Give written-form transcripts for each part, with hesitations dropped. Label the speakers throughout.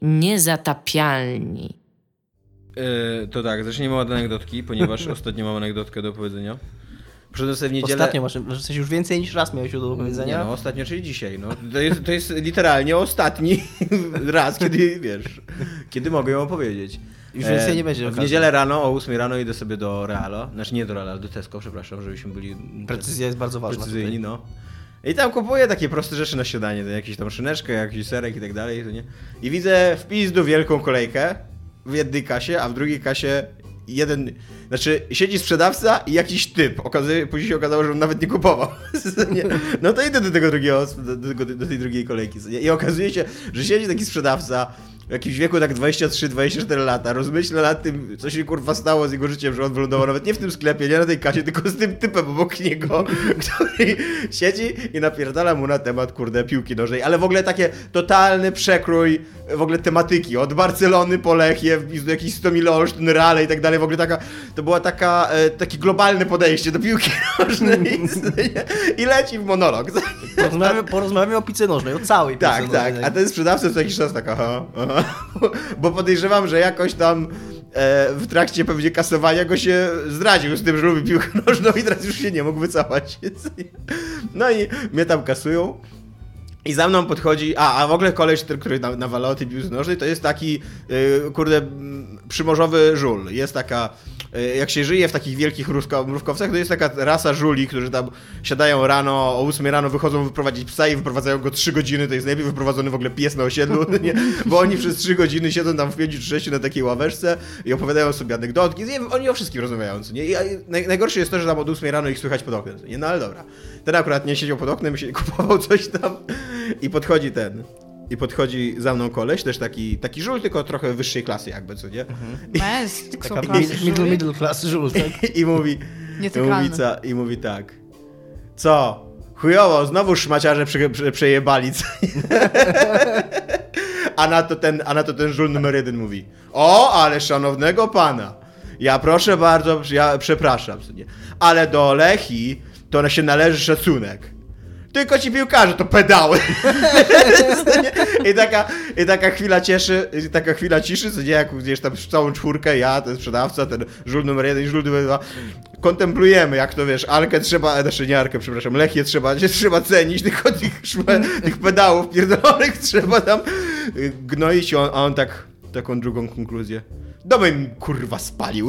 Speaker 1: Niezatapialni.
Speaker 2: To tak, zaczniemy od anegdotki, ponieważ ostatnio mam anegdotkę do opowiedzenia. Przyszedłem sobie w niedzielę...
Speaker 3: Ostatnio masz, w sensie już więcej niż raz miałeś do opowiedzenia?
Speaker 2: Nie, no ostatnio, czyli dzisiaj. No. To jest literalnie ostatni raz, kiedy, wiesz, kiedy mogę ją opowiedzieć.
Speaker 3: Już więcej nie będzie.
Speaker 2: W niedzielę rano, o 8 rano idę sobie do Realo. Znaczy nie do Realo, do Tesco, przepraszam, żebyśmy byli...
Speaker 3: Precyzja jest bardzo ważna.
Speaker 2: Precyzyjni, no. I tam kupuję takie proste rzeczy na śniadanie, to jakieś tam szyneczkę, jakiś serek i tak dalej, to nie? I widzę w pizdu wielką kolejkę w jednej kasie, a w drugiej kasie siedzi sprzedawca i jakiś typ. Później się okazało, że on nawet nie kupował. No to idę do tego drugiego, do tej drugiej kolejki. I okazuje się, że siedzi taki sprzedawca w jakimś wieku tak 23-24 lata, rozmyśla nad tym, co się kurwa stało z jego życiem, że on wylądował nawet nie w tym sklepie, nie na tej kasie, tylko z tym typem obok niego, który siedzi i napierdala mu na temat, kurde, piłki nożnej, ale w ogóle takie totalny przekrój w ogóle tematyki, od Barcelony po Lechię, do jakichś 100 Olsztyn, Reale i tak dalej, w ogóle to była takie globalne podejście do piłki nożnej i leci w monolog.
Speaker 3: Porozmawiamy o piłce nożnej, o całej piłce nożnej.
Speaker 2: Tak, a ten sprzedawca co jakiś czas tak, aha, bo podejrzewam, że jakoś tam w trakcie pewnie kasowania go się zdradził z tym, że lubi piłkę nożną i teraz już się nie mógł wycofać. No i mnie tam kasują. I za mną podchodzi, a w ogóle koleś, który nawalał tej piłce nożnej, to jest taki, przymorzowy żul. Jest taka, jak się żyje w takich wielkich mrówkowcach, to jest taka rasa żuli, którzy tam siadają rano, o 8 rano wychodzą wyprowadzić psa i wyprowadzają go 3 godziny, to jest najlepiej wyprowadzony w ogóle pies na osiedlu, nie? Bo oni przez 3 godziny siedzą tam w 5 czy 6 na takiej ławeczce i opowiadają sobie anegdotki, oni o wszystkim rozmawiają, co nie? I najgorsze jest to, że tam od 8 rano ich słychać pod oknem, co nie? No ale dobra. Ten akurat nie siedział pod oknem, kupował coś tam i podchodzi za mną koleś, też taki żul, tylko trochę wyższej klasy jakby, co nie?
Speaker 3: Middle class żul, tak?
Speaker 2: I mówi tak. Co? Chujowo, znowu szmaciarze przejebali, co? A na to ten żul numer 1 mówi: o, ale szanownego pana, ja proszę bardzo, ja przepraszam, co nie? Ale do Lechii to się należy szacunek. Tylko ci piłkarze to pedały. I taka chwila ciszy, co nie, jak gdzieś tam całą czwórkę, ja, ten sprzedawca, ten żul numer 1 i żul numer 2, kontemplujemy, jak to wiesz, Lechię trzeba cenić, tylko tych pedałów pierdolonych trzeba tam gnoić, a on taką drugą konkluzję. Domy mi kurwa spalił.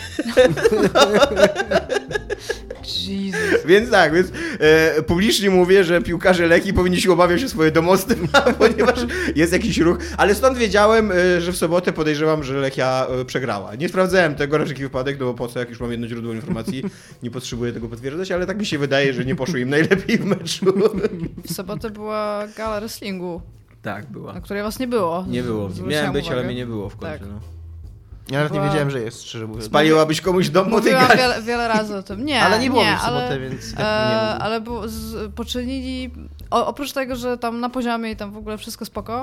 Speaker 1: Jesus.
Speaker 2: Więc publicznie mówię, że piłkarze Lechii powinni się obawiać o swoje domostwa, ponieważ jest jakiś ruch. Ale stąd wiedziałem, że w sobotę podejrzewam, że Lechia przegrała. Nie sprawdzałem tego na wszelki wypadek, no bo po co, jak już mam jedno źródło informacji, nie potrzebuję tego potwierdzać, ale tak mi się wydaje, że nie poszło im najlepiej w meczu.
Speaker 4: W sobotę była gala wrestlingu.
Speaker 2: Tak, była.
Speaker 4: Na której was nie było.
Speaker 2: Nie było. Miałem być, ale mnie nie było w końcu.
Speaker 4: Tak.
Speaker 2: No.
Speaker 3: Ja nawet nie wiedziałem, że jest, szczerze mówiąc.
Speaker 2: Spaliłabyś komuś dom po tej
Speaker 4: Mówiłam
Speaker 2: gali?
Speaker 4: wiele razy o tym. Nie,
Speaker 3: ale nie było w
Speaker 4: ale,
Speaker 3: sobotę, więc tak nie
Speaker 4: ale poczynili, oprócz tego, że tam na poziomie i tam w ogóle wszystko spoko,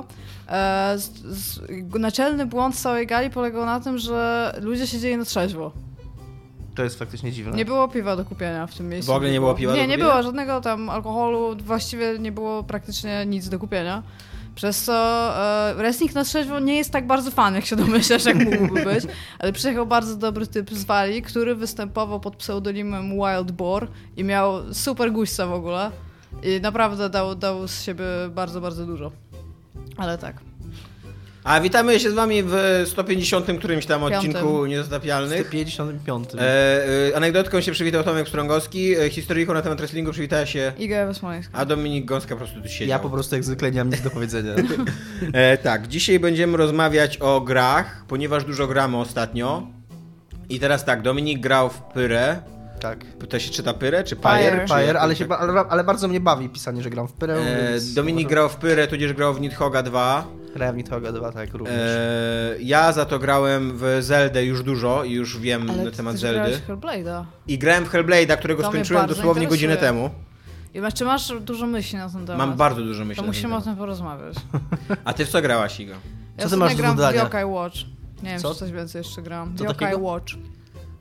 Speaker 4: naczelny błąd całej gali polegał na tym, że ludzie siedzieli na trzeźwo.
Speaker 3: To jest faktycznie dziwne.
Speaker 4: Nie było piwa do kupienia w tym miejscu.
Speaker 2: W ogóle nie było piwa do kupienia?
Speaker 4: Nie było żadnego tam alkoholu, właściwie nie było praktycznie nic do kupienia. Przez co wrestling na trzeźwo nie jest tak bardzo fan, jak się domyślasz, jak mógłby być. Ale przyjechał bardzo dobry typ z Walii, który występował pod pseudonimem Wild Boar i miał super guźca w ogóle. I naprawdę dał z siebie bardzo, bardzo dużo. Ale tak.
Speaker 2: A witamy się z wami w 150 którymś tam odcinku Niezatapialnych.
Speaker 3: 155.
Speaker 2: Anegdotką się przywitał Tomek Strągowski, historyjką na temat wrestlingu przywitała się
Speaker 4: Iga Ewa-Smoleńska.
Speaker 2: a Dominik Gąska po prostu tu siedział.
Speaker 3: Ja po prostu jak zwykle nie mam nic do powiedzenia.
Speaker 2: Tak, dzisiaj będziemy rozmawiać o grach, ponieważ dużo gramy ostatnio. I teraz tak, Dominik grał w Pyrę.
Speaker 3: Tak.
Speaker 2: To się czyta Pyrę czy Pyre?
Speaker 3: Pyre, ale bardzo mnie bawi pisanie, że gram w Pyrę.
Speaker 2: Dominik grał w Pyrę, tudzież grał w Nidhoga 2.
Speaker 3: Grałem w Nidhoga 2, tak, również.
Speaker 2: Ja za to grałem w Zeldę już dużo i już wiem na temat Zeldy.
Speaker 4: Hellblade'a.
Speaker 2: I grałem w Hellblade'a, którego
Speaker 4: To mnie
Speaker 2: skończyłem
Speaker 4: bardzo
Speaker 2: dosłownie godzinę
Speaker 4: interesuje.
Speaker 2: temu.
Speaker 4: Czy masz dużo myśli na ten temat?
Speaker 2: Mam bardzo dużo myśli
Speaker 4: To
Speaker 2: na ten
Speaker 4: musimy o
Speaker 2: temat.
Speaker 4: tym porozmawiać.
Speaker 2: A ty w co grałaś, Iga?
Speaker 3: Co ty masz do
Speaker 4: gram w
Speaker 3: dodania?
Speaker 4: Yokai Watch. Nie wiem,
Speaker 3: Co?
Speaker 4: czy coś więcej jeszcze gram.
Speaker 3: Co
Speaker 4: Yokai
Speaker 3: takiego?
Speaker 4: Watch.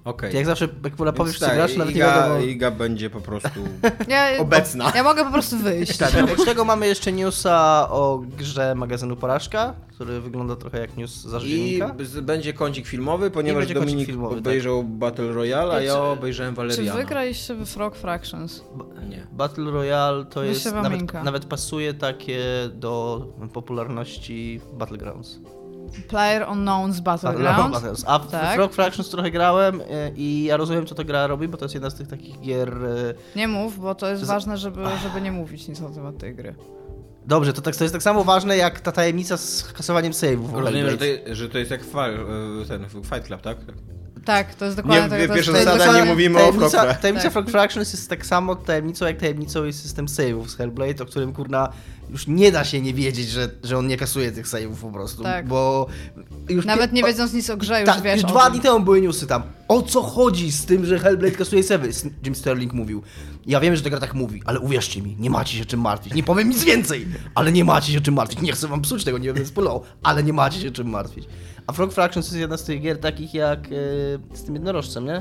Speaker 2: Okej.
Speaker 3: Jak zawsze, jak powiesz,
Speaker 2: Więc
Speaker 3: co grasz, nawet nie
Speaker 2: Iga,
Speaker 3: wiadomo.
Speaker 2: Iga będzie po prostu
Speaker 4: Ja,
Speaker 2: obecna.
Speaker 4: ja mogę po prostu wyjść.
Speaker 3: Tak, oprócz tego mamy jeszcze newsa o grze magazynu Porażka, który wygląda trochę jak news z
Speaker 2: I
Speaker 3: dziennika.
Speaker 2: będzie kącik filmowy, ponieważ
Speaker 3: będzie kącik
Speaker 2: Dominik
Speaker 3: filmowy,
Speaker 2: obejrzał Battle Royale, a
Speaker 4: Czy-
Speaker 2: ja obejrzałem
Speaker 4: Czy
Speaker 2: Valeriana.
Speaker 4: wygraliście w Frog Fractions?
Speaker 2: Nie.
Speaker 3: Battle Royale to jest,
Speaker 4: Wyślewam
Speaker 3: nawet,
Speaker 4: linka.
Speaker 3: nawet pasuje takie do popularności Battlegrounds.
Speaker 4: Player Unknown's Battlegrounds.
Speaker 3: Battlegrounds. A w
Speaker 4: Tak.
Speaker 3: Frog Fractions trochę grałem i ja rozumiem, co ta gra robi, bo to jest jedna z tych takich gier...
Speaker 4: Nie mów, bo to jest ważne, żeby nie mówić nic na temat tej gry.
Speaker 3: Dobrze, to jest tak samo ważne jak ta tajemnica z kasowaniem save'ów.
Speaker 2: Rozumiem, że to jest jak ten Fight Club, tak?
Speaker 4: Tak, to jest dokładnie
Speaker 2: Nie,
Speaker 4: tak.
Speaker 2: pierwsza
Speaker 4: to jest
Speaker 2: zasada,
Speaker 4: dokładnie-
Speaker 2: nie mówimy o Frogfra.
Speaker 3: Tajemnica
Speaker 4: Tak.
Speaker 3: Frog Fractions jest tak samo tajemnicą, jak tajemnicą jest system save'ów z Hellblade, o którym kurna już nie da się nie wiedzieć, że on nie kasuje tych save'ów po prostu,
Speaker 4: Tak.
Speaker 3: bo już
Speaker 4: Nawet nie wiedząc nic o grze, już
Speaker 3: tak,
Speaker 4: wiesz
Speaker 3: już
Speaker 4: o
Speaker 3: 2
Speaker 4: tym.
Speaker 3: dni temu były newsy tam. O co chodzi z tym, że Hellblade kasuje save'y? Jim Sterling mówił. Ja wiem, że ta gra tak mówi, ale uwierzcie mi, nie macie się czym martwić. Nie powiem nic więcej, ale nie macie się czym martwić. Nie chcę wam psuć tego, nie będę spoilował, ale nie macie się czym martwić. A Frog Fractions jest jedna z tych gier takich jak z tym jednorożcem, nie?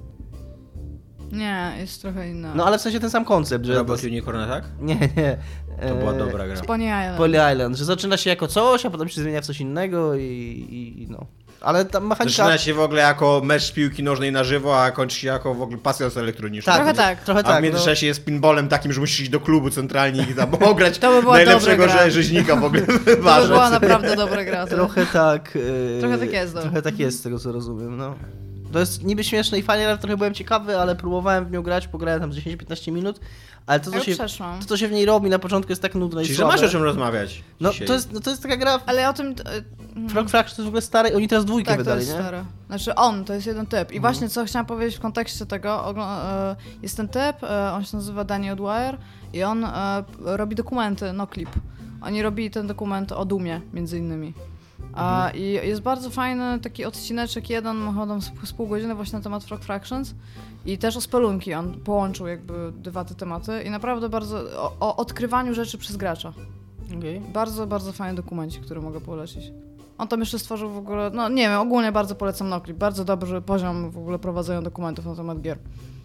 Speaker 4: Nie, jest trochę inna.
Speaker 3: No ale w sensie ten sam koncept, że...
Speaker 2: Robot Unicorn, tak?
Speaker 3: Nie.
Speaker 2: To była dobra gra.
Speaker 4: Pony Island.
Speaker 3: Poly Island, że zaczyna się jako coś, a potem się zmienia w coś innego i no. Ale ta mechanika...
Speaker 2: Zaczyna się w ogóle jako mecz piłki nożnej na żywo, a kończy się jako w ogóle pasjans elektroniczny.
Speaker 4: Trochę tak.
Speaker 3: Trochę
Speaker 2: A
Speaker 3: tak.
Speaker 2: w międzyczasie jest pinballem takim, że musisz iść do klubu centralnie i tam ograć
Speaker 4: To by była
Speaker 2: najlepszego
Speaker 4: dobra gra.
Speaker 2: rzeźnika w ogóle w
Speaker 4: To by
Speaker 2: barze.
Speaker 4: była naprawdę dobra gra. to.
Speaker 3: Trochę tak.
Speaker 4: Trochę tak jest, no.
Speaker 3: Trochę tak jest, z tego co rozumiem, no. To jest niby śmieszne i fajnie, ale trochę byłem ciekawy, ale próbowałem w nią grać, pograłem tam 10-15 minut, ale to
Speaker 4: Ja
Speaker 3: co,
Speaker 4: już
Speaker 3: się,
Speaker 4: przeszłam.
Speaker 3: to, co się w niej robi na początku jest tak nudne i
Speaker 2: Czyli, że
Speaker 3: słabe.
Speaker 2: masz o czym rozmawiać
Speaker 3: No
Speaker 2: dzisiaj.
Speaker 3: to jest taka gra...
Speaker 4: Ale o tym...
Speaker 3: Frog Fractions to jest w ogóle stary, oni teraz dwójkę
Speaker 4: Tak, to
Speaker 3: wydali,
Speaker 4: jest
Speaker 3: nie?
Speaker 4: stare. Znaczy to jest jeden typ. I właśnie co chciałam powiedzieć w kontekście tego, jest ten typ, on się nazywa Daniel Dwyer i on robi dokumenty, Noclip. Oni robili ten dokument o Dumie, między innymi. I jest bardzo fajny taki odcineczek, jeden ma chyba z pół godziny właśnie na temat Frog Fractions i też o spelunki. On połączył jakby dwa te tematy i naprawdę bardzo o odkrywaniu rzeczy przez gracza.
Speaker 3: Okay.
Speaker 4: Bardzo, bardzo fajny dokumencik, który mogę polecić. On tam jeszcze stworzył w ogóle, no nie wiem, ogólnie bardzo polecam Noclip. Bardzo dobry poziom w ogóle prowadzenia dokumentów na temat gier.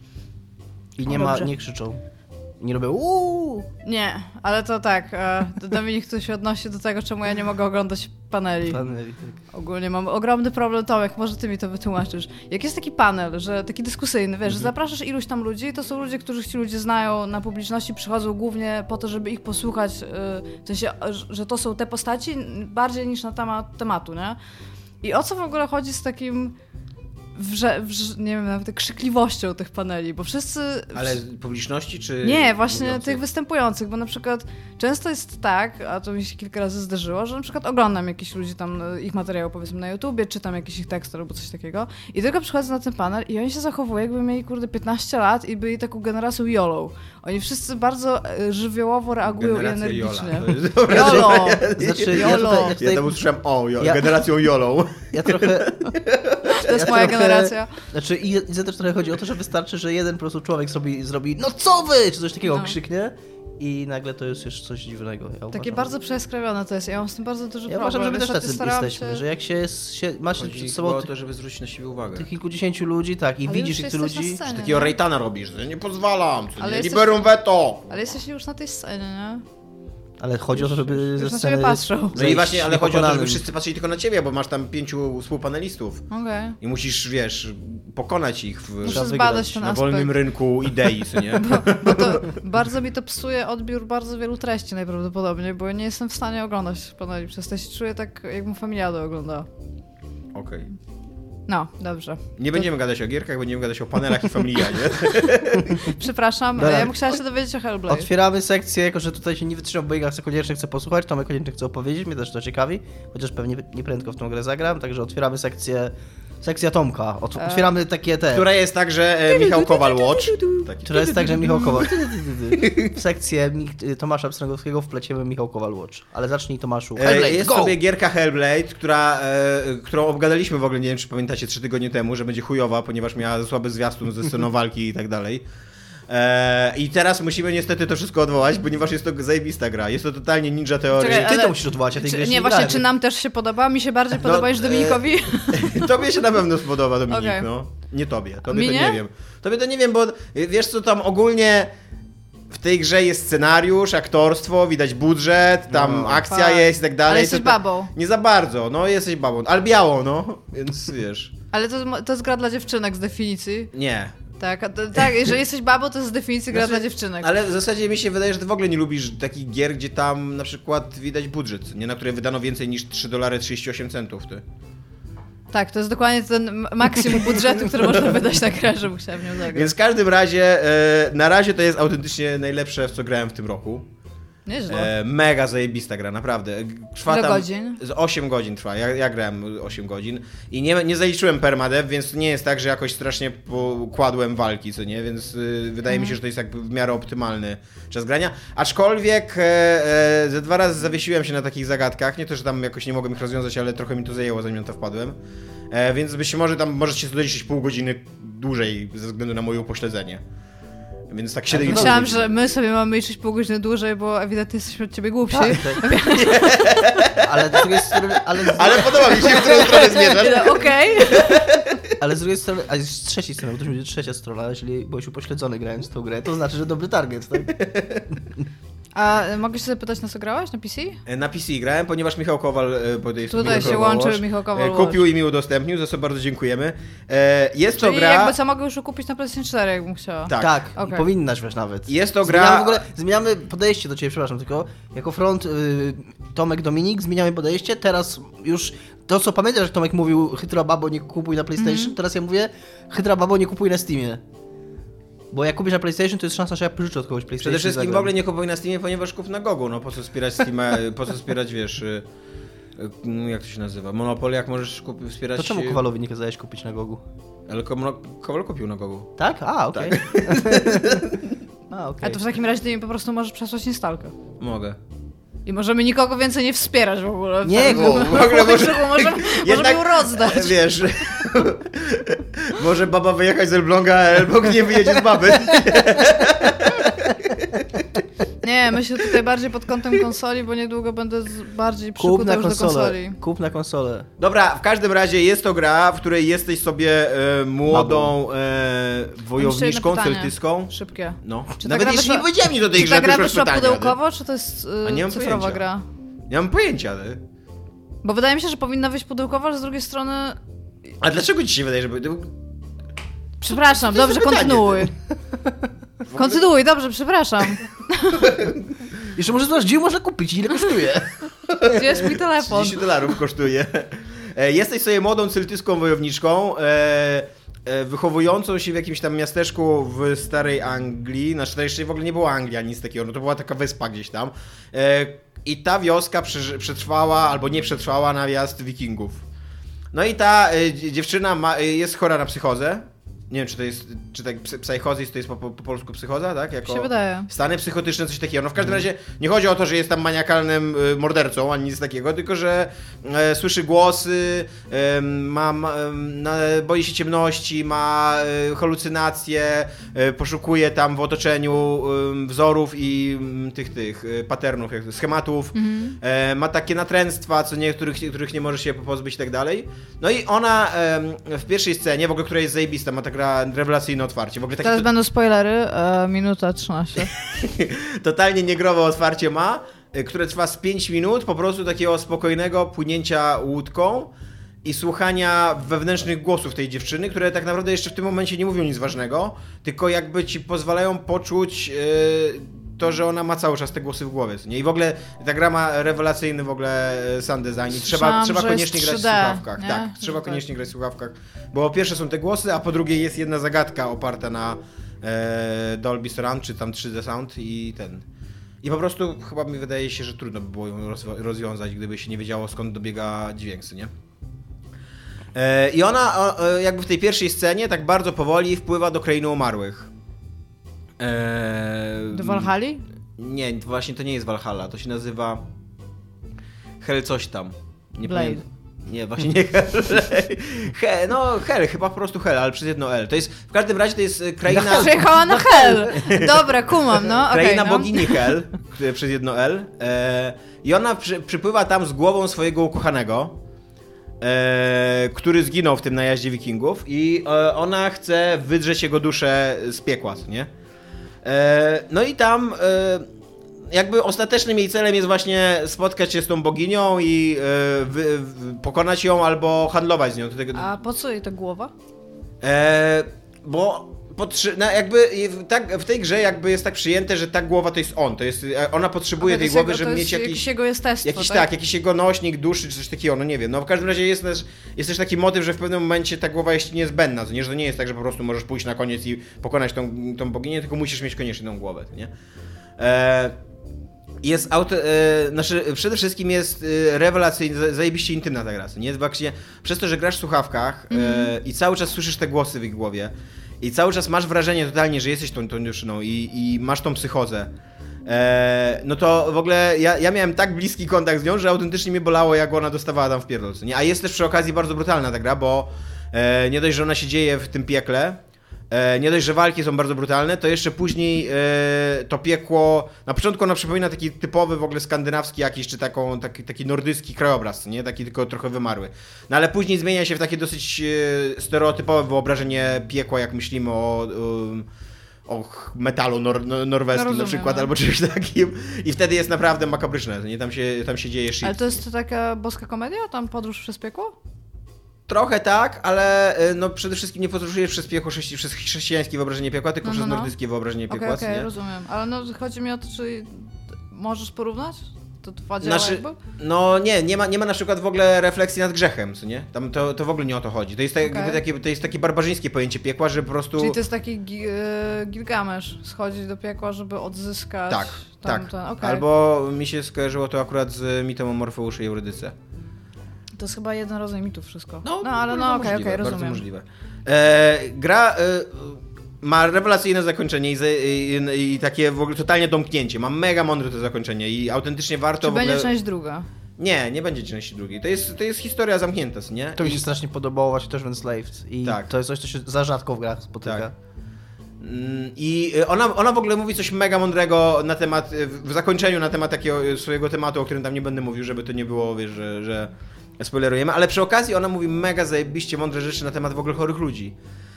Speaker 3: I
Speaker 4: Dobrze.
Speaker 3: nie krzyczą. Nie robią uuu.
Speaker 4: Nie, ale to tak, Dominik tu się odnosi do tego, czemu ja nie mogę oglądać paneli. Ogólnie mam ogromny problem, Tomek, może ty mi to wytłumaczysz. Jak jest taki panel, że taki dyskusyjny, wiesz, że zapraszasz iluś tam ludzi, to są ludzie, których ci ludzie znają na publiczności, przychodzą głównie po to, żeby ich posłuchać, w sensie, że to są te postaci bardziej niż na temat tematu, nie? I o co w ogóle chodzi z takim nie wiem, nawet krzykliwością tych paneli, bo wszyscy...
Speaker 2: Ale publiczności czy...
Speaker 4: Nie, właśnie
Speaker 2: mówiących?
Speaker 4: tych występujących, bo na przykład często jest tak, a to mi się kilka razy zdarzyło, że na przykład oglądam jakichś ludzi tam, ich materiał powiedzmy na YouTubie, czytam jakiś ich tekst albo coś takiego i tylko przychodzę na ten panel i oni się zachowują jakby mieli 15 lat i byli taką generacją YOLO. Oni wszyscy bardzo żywiołowo reagują
Speaker 2: Generacja
Speaker 4: i energicznie.
Speaker 2: Jola. To jest dobra
Speaker 4: YOLO!
Speaker 3: Znaczy,
Speaker 4: YOLO!
Speaker 2: Ja tam usłyszałem generacją YOLO.
Speaker 3: Ja trochę...
Speaker 4: To jest moja generacja.
Speaker 3: Znaczy i też trochę chodzi o to, że wystarczy, że jeden po prostu człowiek zrobi no co wy! Czy coś takiego
Speaker 4: No.
Speaker 3: krzyknie i nagle to jest już coś dziwnego. Ja
Speaker 4: Takie
Speaker 3: uważam,
Speaker 4: bardzo przeskrawione to jest. Ja mam z tym bardzo duży
Speaker 3: Ja
Speaker 4: problem.
Speaker 3: uważam, że my też
Speaker 4: Niestety
Speaker 3: tacy
Speaker 4: starałam
Speaker 3: jesteśmy, że jak się ma się
Speaker 2: Chodzi
Speaker 3: przed
Speaker 2: chyba
Speaker 3: sobą
Speaker 2: o to, żeby zwrócić na siebie uwagę.
Speaker 3: tych kilkudziesięciu ludzi, tak, i
Speaker 4: Ale
Speaker 3: widzisz
Speaker 4: już
Speaker 3: tych
Speaker 4: jesteś
Speaker 3: ludzi...
Speaker 4: na scenie,
Speaker 2: Takiego
Speaker 4: nie?
Speaker 2: Rejtana robisz, że nie pozwalam, co
Speaker 4: Ale
Speaker 2: nie,
Speaker 4: jesteś-
Speaker 2: liberum veto.
Speaker 4: Ale jesteś już na tej scenie, nie?
Speaker 3: Ale chodzi o to, żeby
Speaker 4: Już
Speaker 3: ze
Speaker 4: na ciebie
Speaker 3: sceny...
Speaker 4: patrzą.
Speaker 2: No i
Speaker 3: zejść
Speaker 2: właśnie, ale chodzi o to, żeby
Speaker 3: niepokonanym.
Speaker 2: wszyscy patrzyli tylko na ciebie, bo masz tam 5 współpanelistów.
Speaker 4: Okej.
Speaker 2: I musisz, wiesz, pokonać ich
Speaker 4: Muszę
Speaker 3: Trzeba
Speaker 4: zbadać
Speaker 3: wygrać
Speaker 4: ten
Speaker 2: na
Speaker 4: aspekt.
Speaker 2: wolnym rynku idei, co nie?
Speaker 4: Bo to bardzo mi to psuje odbiór bardzo wielu treści najprawdopodobniej, bo nie jestem w stanie oglądać paneli. Przez to się czuję tak, jakbym Familiadę oglądała.
Speaker 2: Okej.
Speaker 4: No, dobrze.
Speaker 2: Nie będziemy gadać o gierkach, będziemy gadać o panelach i familiadzie.
Speaker 4: Przepraszam,
Speaker 3: Dobra.
Speaker 4: ja bym chciała się dowiedzieć o Hellblade.
Speaker 3: Otwieramy sekcję, jako że tutaj się nie wytrzymał, bo Iga koniecznie chce posłuchać, Tomek koniecznie chce opowiedzieć, mnie też to ciekawi, chociaż pewnie nieprędko w tą grę zagram, także otwieramy sekcja Tomka. Otwieramy takie te...
Speaker 2: Która jest także Michał Kowal-Watch. Taki.
Speaker 3: Która jest także Michał Kowal. W sekcję Tomasza Pstrągowskiego wpleciemy Michał Kowal-Watch. Ale zacznij, Tomaszu. Hellblade,
Speaker 2: Jest
Speaker 3: go!
Speaker 2: sobie gierka Hellblade, którą obgadaliśmy w ogóle, nie wiem czy pamiętacie, 3 tygodnie temu, że będzie chujowa, ponieważ miała słaby zwiastun ze sceną walki i tak dalej. I teraz musimy niestety to wszystko odwołać, ponieważ jest to zajebista gra. Jest to totalnie Ninja Theory.
Speaker 4: Czekaj,
Speaker 3: Ty
Speaker 4: ale-
Speaker 3: to musisz odwołać, a tej gry
Speaker 4: Nie, właśnie,
Speaker 3: grałem.
Speaker 4: czy nam też się podoba? Mi się bardziej podoba niż Dominikowi.
Speaker 2: Tobie się na pewno spodoba, Dominik,
Speaker 4: Okej.
Speaker 2: no. Nie tobie. Tobie to
Speaker 4: Mi
Speaker 2: nie
Speaker 4: nie?
Speaker 2: wiem. Tobie to nie wiem, bo wiesz co, tam ogólnie w tej grze jest scenariusz, aktorstwo, widać budżet, tam akcja
Speaker 4: Tak.
Speaker 2: jest i tak dalej.
Speaker 4: Ale jesteś
Speaker 2: To-
Speaker 4: babą.
Speaker 2: Nie za bardzo, no jesteś babą. Ale białą, no, więc wiesz.
Speaker 4: Ale to jest gra dla dziewczynek z definicji.
Speaker 2: Nie.
Speaker 4: Tak, tak, jeżeli jesteś babą, to jest z definicji gra
Speaker 2: Znaczy,
Speaker 4: dla dziewczynek.
Speaker 2: Ale w zasadzie mi się wydaje, że ty w ogóle nie lubisz takich gier, gdzie tam na przykład widać budżet, nie, na które wydano więcej niż $3.38, ty.
Speaker 4: Tak, to jest dokładnie ten maksimum budżetu, który można wydać na grę, żeby chciała w nią zagrać.
Speaker 2: Więc w każdym razie, na razie to jest autentycznie najlepsze, w co grałem w tym roku.
Speaker 4: Nieźle.
Speaker 2: Mega zajebista gra, naprawdę. Trwa
Speaker 4: Ile
Speaker 2: tam
Speaker 4: godzin?
Speaker 2: Z 8 godzin trwa, ja grałem 8 godzin i nie zaliczyłem permadev, więc to nie jest tak, że jakoś strasznie pokładłem walki, co nie, więc wydaje mi się, że to jest jakby w miarę optymalny czas grania. Aczkolwiek ze 2 razy zawiesiłem się na takich zagadkach, nie to, że tam jakoś nie mogłem ich rozwiązać, ale trochę mi to zajęło, zanim na to wpadłem. Więc być może tam możecie doliczyć pół godziny dłużej ze względu na moje upośledzenie. Więc tak 7,5
Speaker 4: Myślałam,
Speaker 2: godziny.
Speaker 4: że my sobie mamy liczyć pół godziny dłużej, bo ewidentnie jesteśmy od ciebie głupsi.
Speaker 3: Ale z drugiej strony...
Speaker 2: Ale podoba mi się, w którą stronę zmierzasz.
Speaker 4: Okej.
Speaker 3: Ale z drugiej strony, a z trzeciej strony, bo to już będzie trzecia strona, jeśli byłeś upośledzony grając w tą grę, to znaczy, że dobry target, tak?
Speaker 4: A mogę się zapytać, na co grałeś? Na PC?
Speaker 2: Na PC grałem, ponieważ Michał Kowal
Speaker 4: Tutaj się łączy Michał Kowal.
Speaker 2: kupił i mi udostępnił, za co bardzo dziękujemy. Jest to
Speaker 4: Czyli
Speaker 2: gra...
Speaker 4: jakby co mogę już kupić na PlayStation 4, jakbym chciała.
Speaker 2: Tak.
Speaker 3: I
Speaker 4: Okej.
Speaker 3: powinnaś wiesz nawet.
Speaker 2: Jest to
Speaker 3: Zmieniamy
Speaker 2: gra...
Speaker 3: w ogóle, zmieniamy podejście do ciebie, przepraszam, tylko jako front Tomek Dominik zmieniamy podejście, teraz już to co pamiętasz, jak Tomek mówił chytra babo nie kupuj na PlayStation, teraz ja mówię chytra babo nie kupuj na Steamie. Bo jak kupisz na PlayStation, to jest szansa, że ja pożyczę od kogoś PlayStation.
Speaker 2: Przede wszystkim
Speaker 3: zagram.
Speaker 2: w ogóle nie kupuj na Steamie, ponieważ kup na Gogu, no po co wspierać Steama, po co wspierać, wiesz... jak to się nazywa? Monopoly, jak możesz wspierać...
Speaker 3: To czemu Kowalowi nie kazałeś kupić na Gogu?
Speaker 2: Ale Kowal kupił na Gogu.
Speaker 3: Tak? A, okej. A, okej.
Speaker 4: A to w takim razie ty mi po prostu możesz przesłać instalkę.
Speaker 2: Mogę.
Speaker 4: I możemy nikogo więcej nie wspierać w ogóle.
Speaker 3: Nie,
Speaker 4: Tak,
Speaker 2: w ogóle
Speaker 4: możemy ją rozdać.
Speaker 2: Wiesz, może baba wyjechać z Elbląga, a Elbląg nie wyjedzie z baby.
Speaker 4: Nie, myślę tutaj bardziej pod kątem konsoli, bo niedługo będę bardziej
Speaker 3: Kup
Speaker 4: przykuta
Speaker 3: na
Speaker 4: już do
Speaker 3: konsolę.
Speaker 4: konsoli.
Speaker 3: Kup na konsolę.
Speaker 2: Dobra, w każdym razie jest to gra, w której jesteś sobie młodą wojowniczką,
Speaker 4: jedno pytanie.
Speaker 2: celtyską.
Speaker 4: Szybkie.
Speaker 2: No.
Speaker 4: Czy ta
Speaker 2: Nawet
Speaker 4: gra
Speaker 2: jeszcze
Speaker 4: wyszła-
Speaker 2: nie powiedziałem nic o tej
Speaker 4: Czy
Speaker 2: grze,
Speaker 4: ta gra
Speaker 2: wyszło
Speaker 4: wyszła
Speaker 2: pytania.
Speaker 4: pudełkowo, czy to jest
Speaker 2: A nie mam
Speaker 4: cyfrowa
Speaker 2: pojęcia.
Speaker 4: gra?
Speaker 2: Nie mam pojęcia.
Speaker 4: Bo wydaje mi się, że powinna wyjść pudełkowo, ale z drugiej strony...
Speaker 2: A dlaczego ci się wydaje, że...
Speaker 4: Przepraszam,
Speaker 2: To jest
Speaker 4: dobrze,
Speaker 2: pytanie.
Speaker 4: kontynuuj. Kontynuuj, dobrze, przepraszam.
Speaker 3: Jeszcze może zobaczyć, gdzie można kupić, ile kosztuje.
Speaker 4: Gdzie jest mój telefon?
Speaker 2: $30 kosztuje. Jesteś sobie młodą celtyską wojowniczką, wychowującą się w jakimś tam miasteczku w starej Anglii. Znaczy to jeszcze w ogóle nie była Anglia, nic takiego, no to była taka wyspa gdzieś tam. I ta wioska przetrwała, albo nie przetrwała najazd wikingów. No i ta dziewczyna jest chora na psychozę. Nie wiem, czy tak psychozis to jest po polsku psychoza, tak? Jako
Speaker 4: Się wydaje.
Speaker 2: stany psychotyczne, coś takiego. No w każdym razie nie chodzi o to, że jest tam maniakalnym mordercą, ani nic takiego, tylko że słyszy głosy, boi się ciemności, ma halucynacje, poszukuje tam w otoczeniu wzorów i tych patternów, schematów. Ma takie natręctwa, co nie, których nie może się pozbyć i tak dalej. No i ona w pierwszej scenie, w ogóle która jest zajebista, ma taka rewelacyjne otwarcie. W ogóle takie
Speaker 4: Teraz będą spoilery, minuta 13.
Speaker 2: totalnie niegrowe otwarcie ma, które trwa z 5 minut, po prostu takiego spokojnego płynięcia łódką i słuchania wewnętrznych głosów tej dziewczyny, które tak naprawdę jeszcze w tym momencie nie mówią nic ważnego, tylko jakby ci pozwalają poczuć to, że ona ma cały czas te głosy w głowie. Nie? I w ogóle ta gra ma rewelacyjny w ogóle sound design i trzeba
Speaker 4: że
Speaker 2: koniecznie
Speaker 4: jest
Speaker 2: grać w
Speaker 4: 3D,
Speaker 2: słuchawkach.
Speaker 4: nie?
Speaker 2: Tak, trzeba
Speaker 4: Tak.
Speaker 2: koniecznie grać w słuchawkach, bo po pierwsze są te głosy, a po drugie jest jedna zagadka oparta na Dolby Surround, czy tam 3D Sound i ten. I po prostu chyba mi wydaje się, że trudno by było ją rozwiązać, gdyby się nie wiedziało, skąd dobiega dźwięk, nie? I ona jakby w tej pierwszej scenie tak bardzo powoli wpływa do krainy umarłych.
Speaker 4: Do Valhalli?
Speaker 2: Nie, właśnie to nie jest Valhalla, to się nazywa Hell coś tam. Nie
Speaker 4: Blade.
Speaker 2: pamiętam. Nie, właśnie nie Hell. Hell, chyba po prostu Hell, ale przez jedno L. To jest, w każdym razie to jest kraina...
Speaker 4: Przyjechała na Hell. Dobra, kumam, no.
Speaker 2: Kraina
Speaker 4: okej, no.
Speaker 2: bogini Hel, przez jedno L. I ona przypływa tam z głową swojego ukochanego. który zginął w tym najaździe wikingów i ona chce wydrzeć jego duszę z piekła, nie? No i tam jakby ostatecznym jej celem jest właśnie spotkać się z tą boginią i pokonać ją albo handlować z nią.
Speaker 4: A po co jej ta głowa?
Speaker 2: Bo jakby w tej grze jakby jest tak przyjęte, że ta głowa to jest on, ona potrzebuje tej głowy, żeby mieć
Speaker 4: jakieś jego jestestwo,
Speaker 2: jakiś jego nośnik duszy czy coś takiego, no nie wiem. No w każdym razie jest też taki motyw, że w pewnym momencie ta głowa jest niezbędna, to nie, że to nie jest tak, że po prostu możesz pójść na koniec i pokonać tą boginię, tylko musisz mieć koniecznie tą głowę, nie? Przede wszystkim jest rewelacyjnie, zajebiście intymna ta gra, nie? Właśnie przez to, że grasz w słuchawkach i cały czas słyszysz te głosy w ich głowie i cały czas masz wrażenie totalnie, że jesteś tą dziewczyną i masz tą psychozę, no to w ogóle ja miałem tak bliski kontakt z nią, że autentycznie mnie bolało, jak ona dostawała tam w pierdol, nie? A jest też przy okazji bardzo brutalna ta gra, bo nie dość, że ona się dzieje w tym piekle, nie dość, że walki są bardzo brutalne, to jeszcze później to piekło, na początku ono przypomina taki typowy w ogóle skandynawski jakiś, czy taki nordycki krajobraz, nie? Taki tylko trochę wymarły. No ale później zmienia się w takie dosyć stereotypowe wyobrażenie piekła, jak myślimy o metalu norweskim na przykład, albo czymś takim. I wtedy jest naprawdę makabryczne, nie? Tam się dzieje shit.
Speaker 4: Ale to jest taka boska komedia? Tam podróż przez piekło?
Speaker 2: Trochę tak, ale no przede wszystkim nie podróżujesz przez piekło, przez chrześcijańskie wyobrażenie piekła, tylko przez nordyckie wyobrażenie piekła.
Speaker 4: Okej, rozumiem. Ale no chodzi mi o to, czy możesz porównać? To dwa działa jakby?
Speaker 2: No nie ma na przykład w ogóle refleksji nad grzechem, co nie? Tam to w ogóle nie o to chodzi. To jest takie barbarzyńskie pojęcie piekła, że po prostu...
Speaker 4: Czyli to jest taki Gilgamesz, schodzi do piekła, żeby odzyskać...
Speaker 2: Tak. Albo mi się skojarzyło to akurat z mitem o Morfeuszy i Eurydyce.
Speaker 4: To jest chyba jeden rodzaj mitów wszystko.
Speaker 2: Okej,
Speaker 4: rozumiem.
Speaker 2: Bardzo możliwe. Gra ma rewelacyjne zakończenie i takie w ogóle totalnie domknięcie. Ma mega mądre to zakończenie i autentycznie warto...
Speaker 4: Czy będzie część druga?
Speaker 2: Nie będzie części drugiej. To jest historia zamknięta, nie?
Speaker 3: To mi się strasznie podobało właśnie też w Enslaved. I to jest coś, co się za rzadko w grach spotyka. Tak.
Speaker 2: I ona w ogóle mówi coś mega mądrego na temat, w zakończeniu na temat takiego swojego tematu, o którym tam nie będę mówił, żeby to nie było, wiesz, że spoilerujemy, ale przy okazji ona mówi mega zajebiście mądre rzeczy na temat w ogóle chorych ludzi.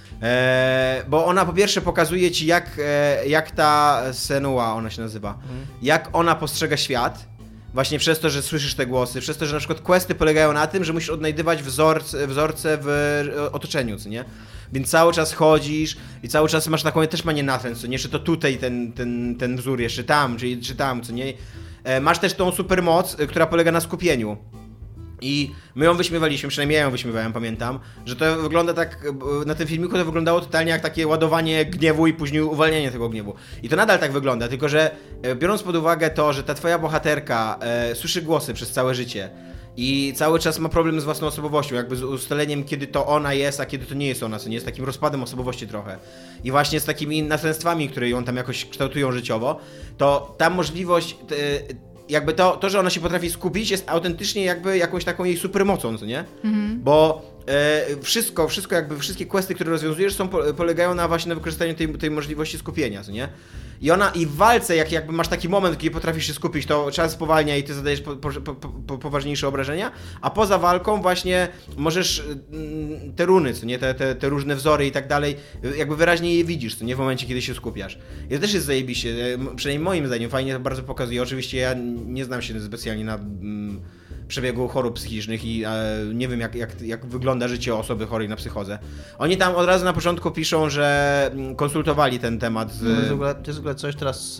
Speaker 2: Bo ona po pierwsze pokazuje ci, jak ta Senua, ona się nazywa, jak ona postrzega świat, właśnie przez to, że słyszysz te głosy, przez to, że na przykład questy polegają na tym, że musisz odnajdywać wzorce w otoczeniu, co nie? Więc cały czas chodzisz i cały czas masz taką też manię natręt, co nie? Czy to tutaj ten wzór jest, czy tam, co nie? Masz też tą supermoc, która polega na skupieniu. I my ją wyśmiewaliśmy, przynajmniej ja ją wyśmiewałem, pamiętam, że to wygląda tak, na tym filmiku to wyglądało totalnie jak takie ładowanie gniewu i później uwalnianie tego gniewu. I to nadal tak wygląda, tylko że biorąc pod uwagę to, że ta twoja bohaterka słyszy głosy przez całe życie i cały czas ma problem z własną osobowością, jakby z ustaleniem, kiedy to ona jest, a kiedy to nie jest ona, co nie jest takim rozpadem osobowości trochę. I właśnie z takimi natręstwami, które ją tam jakoś kształtują życiowo, to ta możliwość... jakby to, że ona się potrafi skupić, jest autentycznie jakby jakąś taką jej supermocą, co nie? Bo wszystko jakby, wszystkie questy, które rozwiązujesz polegają właśnie na wykorzystaniu tej możliwości skupienia, co nie? I w walce, jakby masz taki moment, kiedy potrafisz się skupić, to czas spowalnia i ty zadajesz poważniejsze obrażenia, a poza walką właśnie możesz te runy, co nie? Te różne wzory i tak dalej, jakby wyraźnie je widzisz, co nie? W momencie, kiedy się skupiasz. I to też jest zajebiście, przynajmniej moim zdaniem, fajnie to bardzo pokazuje. Oczywiście ja nie znam się specjalnie na przebiegu chorób psychicznych i nie wiem, jak wygląda życie osoby chorej na psychozę. Oni tam od razu na początku piszą, że konsultowali ten temat z...
Speaker 3: To jest w ogóle coś teraz...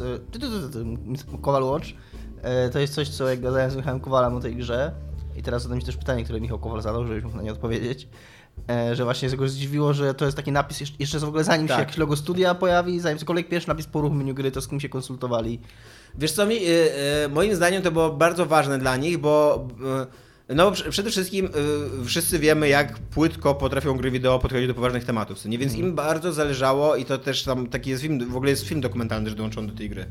Speaker 3: Kowal Watch. To jest coś, co jak gadałem z Michałem Kowalem o tej grze i teraz zadam ci też pytanie, które Michał Kowal zadał, żebyś mógł na nie odpowiedzieć. Że właśnie go zdziwiło, że to jest taki napis jeszcze w ogóle zanim się jakieś logo studia pojawi, zanim cokolwiek pierwszy napis po uruchomieniu gry, to z kim się konsultowali.
Speaker 2: Wiesz co, moim zdaniem to było bardzo ważne dla nich, bo no przede wszystkim wszyscy wiemy, jak płytko potrafią gry wideo podchodzić do poważnych tematów, nie? Więc im bardzo zależało i to też tam taki jest film, w ogóle jest film dokumentalny, że dołączony do tej gry.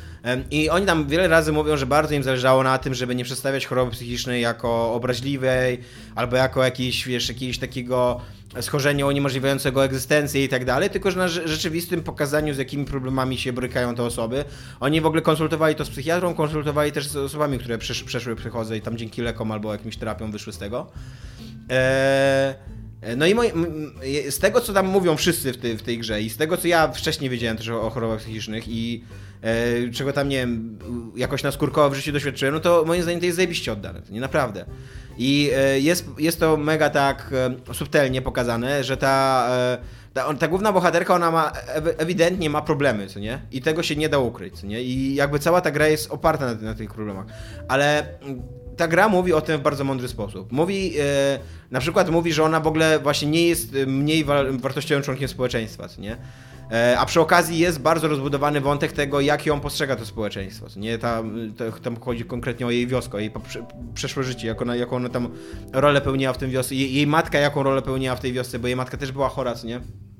Speaker 2: I oni tam wiele razy mówią, że bardzo im zależało na tym, żeby nie przedstawiać choroby psychicznej jako obraźliwej, albo jako jakiegoś takiego schorzenia uniemożliwiającego egzystencję i tak dalej, tylko że na rzeczywistym pokazaniu, z jakimi problemami się borykają te osoby. Oni w ogóle konsultowali to z psychiatrą, konsultowali też z osobami, które przeszły psychozę i tam dzięki lekom albo jakimś terapiom wyszły z tego. No i z tego, co tam mówią wszyscy w tej grze i z tego, co ja wcześniej wiedziałem też o chorobach psychicznych i czego tam, nie wiem, jakoś naskórkowo w życiu doświadczyłem, no to moim zdaniem to jest zajebiście oddane, nie naprawdę. I jest to mega tak subtelnie pokazane, że ta główna bohaterka, ona ewidentnie ma problemy, co nie? I tego się nie da ukryć, co nie? I jakby cała ta gra jest oparta na tych problemach. Ale ta gra mówi o tym w bardzo mądry sposób. Na przykład mówi, że ona w ogóle właśnie nie jest mniej wartościowym członkiem społeczeństwa, co nie? A przy okazji jest bardzo rozbudowany wątek tego, jak ją postrzega to społeczeństwo. Co nie? Tam chodzi konkretnie o jej wioskę, o jej przeszłe życie, jaką ona tam rolę pełniła w tym wiosce. Jej matka jaką rolę pełniła w tej wiosce, bo jej matka też była chora, co nie?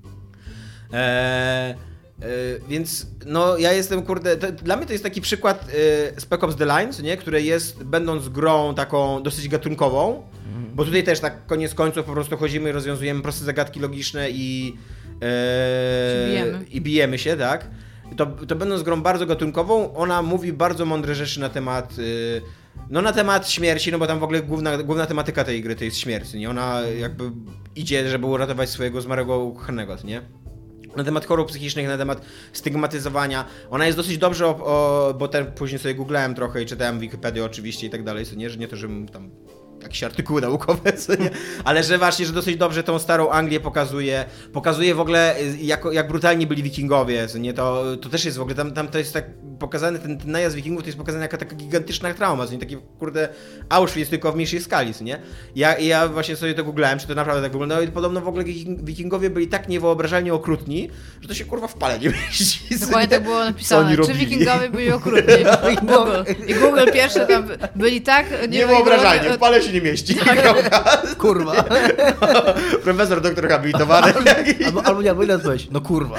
Speaker 2: Więc no ja jestem, kurde, dla mnie to jest taki przykład Spec Ops The Line, nie? Które jest, będąc grą taką dosyć gatunkową, bo tutaj też tak koniec końców po prostu chodzimy i rozwiązujemy proste zagadki logiczne i bijemy się, tak? To będąc grą bardzo gatunkową, ona mówi bardzo mądre rzeczy na temat śmierci, no bo tam w ogóle główna tematyka tej gry to jest śmierć, nie? Ona jakby idzie, żeby uratować swojego zmarłego ukochanego, nie? Na temat chorób psychicznych, na temat stygmatyzowania. Ona jest dosyć dobrze, bo później sobie googlałem trochę i czytałem Wikipedię oczywiście i tak dalej, co nie, że nie to, żebym tam jakieś artykuły naukowe, co nie? Ale że właśnie, że dosyć dobrze tą starą Anglię pokazuje w ogóle jak brutalni byli wikingowie, co nie? To też jest w ogóle, tam to jest tak pokazane, ten najazd wikingów to jest pokazane jako taka gigantyczna trauma, co nie? Taki kurde Auschwitz tylko w mniejszej skali, co nie? Ja właśnie sobie to googlałem, czy to naprawdę tak wyglądało i podobno w ogóle wikingowie byli tak niewyobrażalnie okrutni, że to się kurwa w pale nie mieści.
Speaker 4: Dokładnie tak było napisane, czy wikingowie byli okrutni. I Google pierwsze tam byli tak
Speaker 2: niewyobrażalnie, w pale się nie mieści.
Speaker 3: Kurwa.
Speaker 2: Profesor, doktor habilitowany.
Speaker 3: Albo nie, albo ile odpowiedź? No kurwa.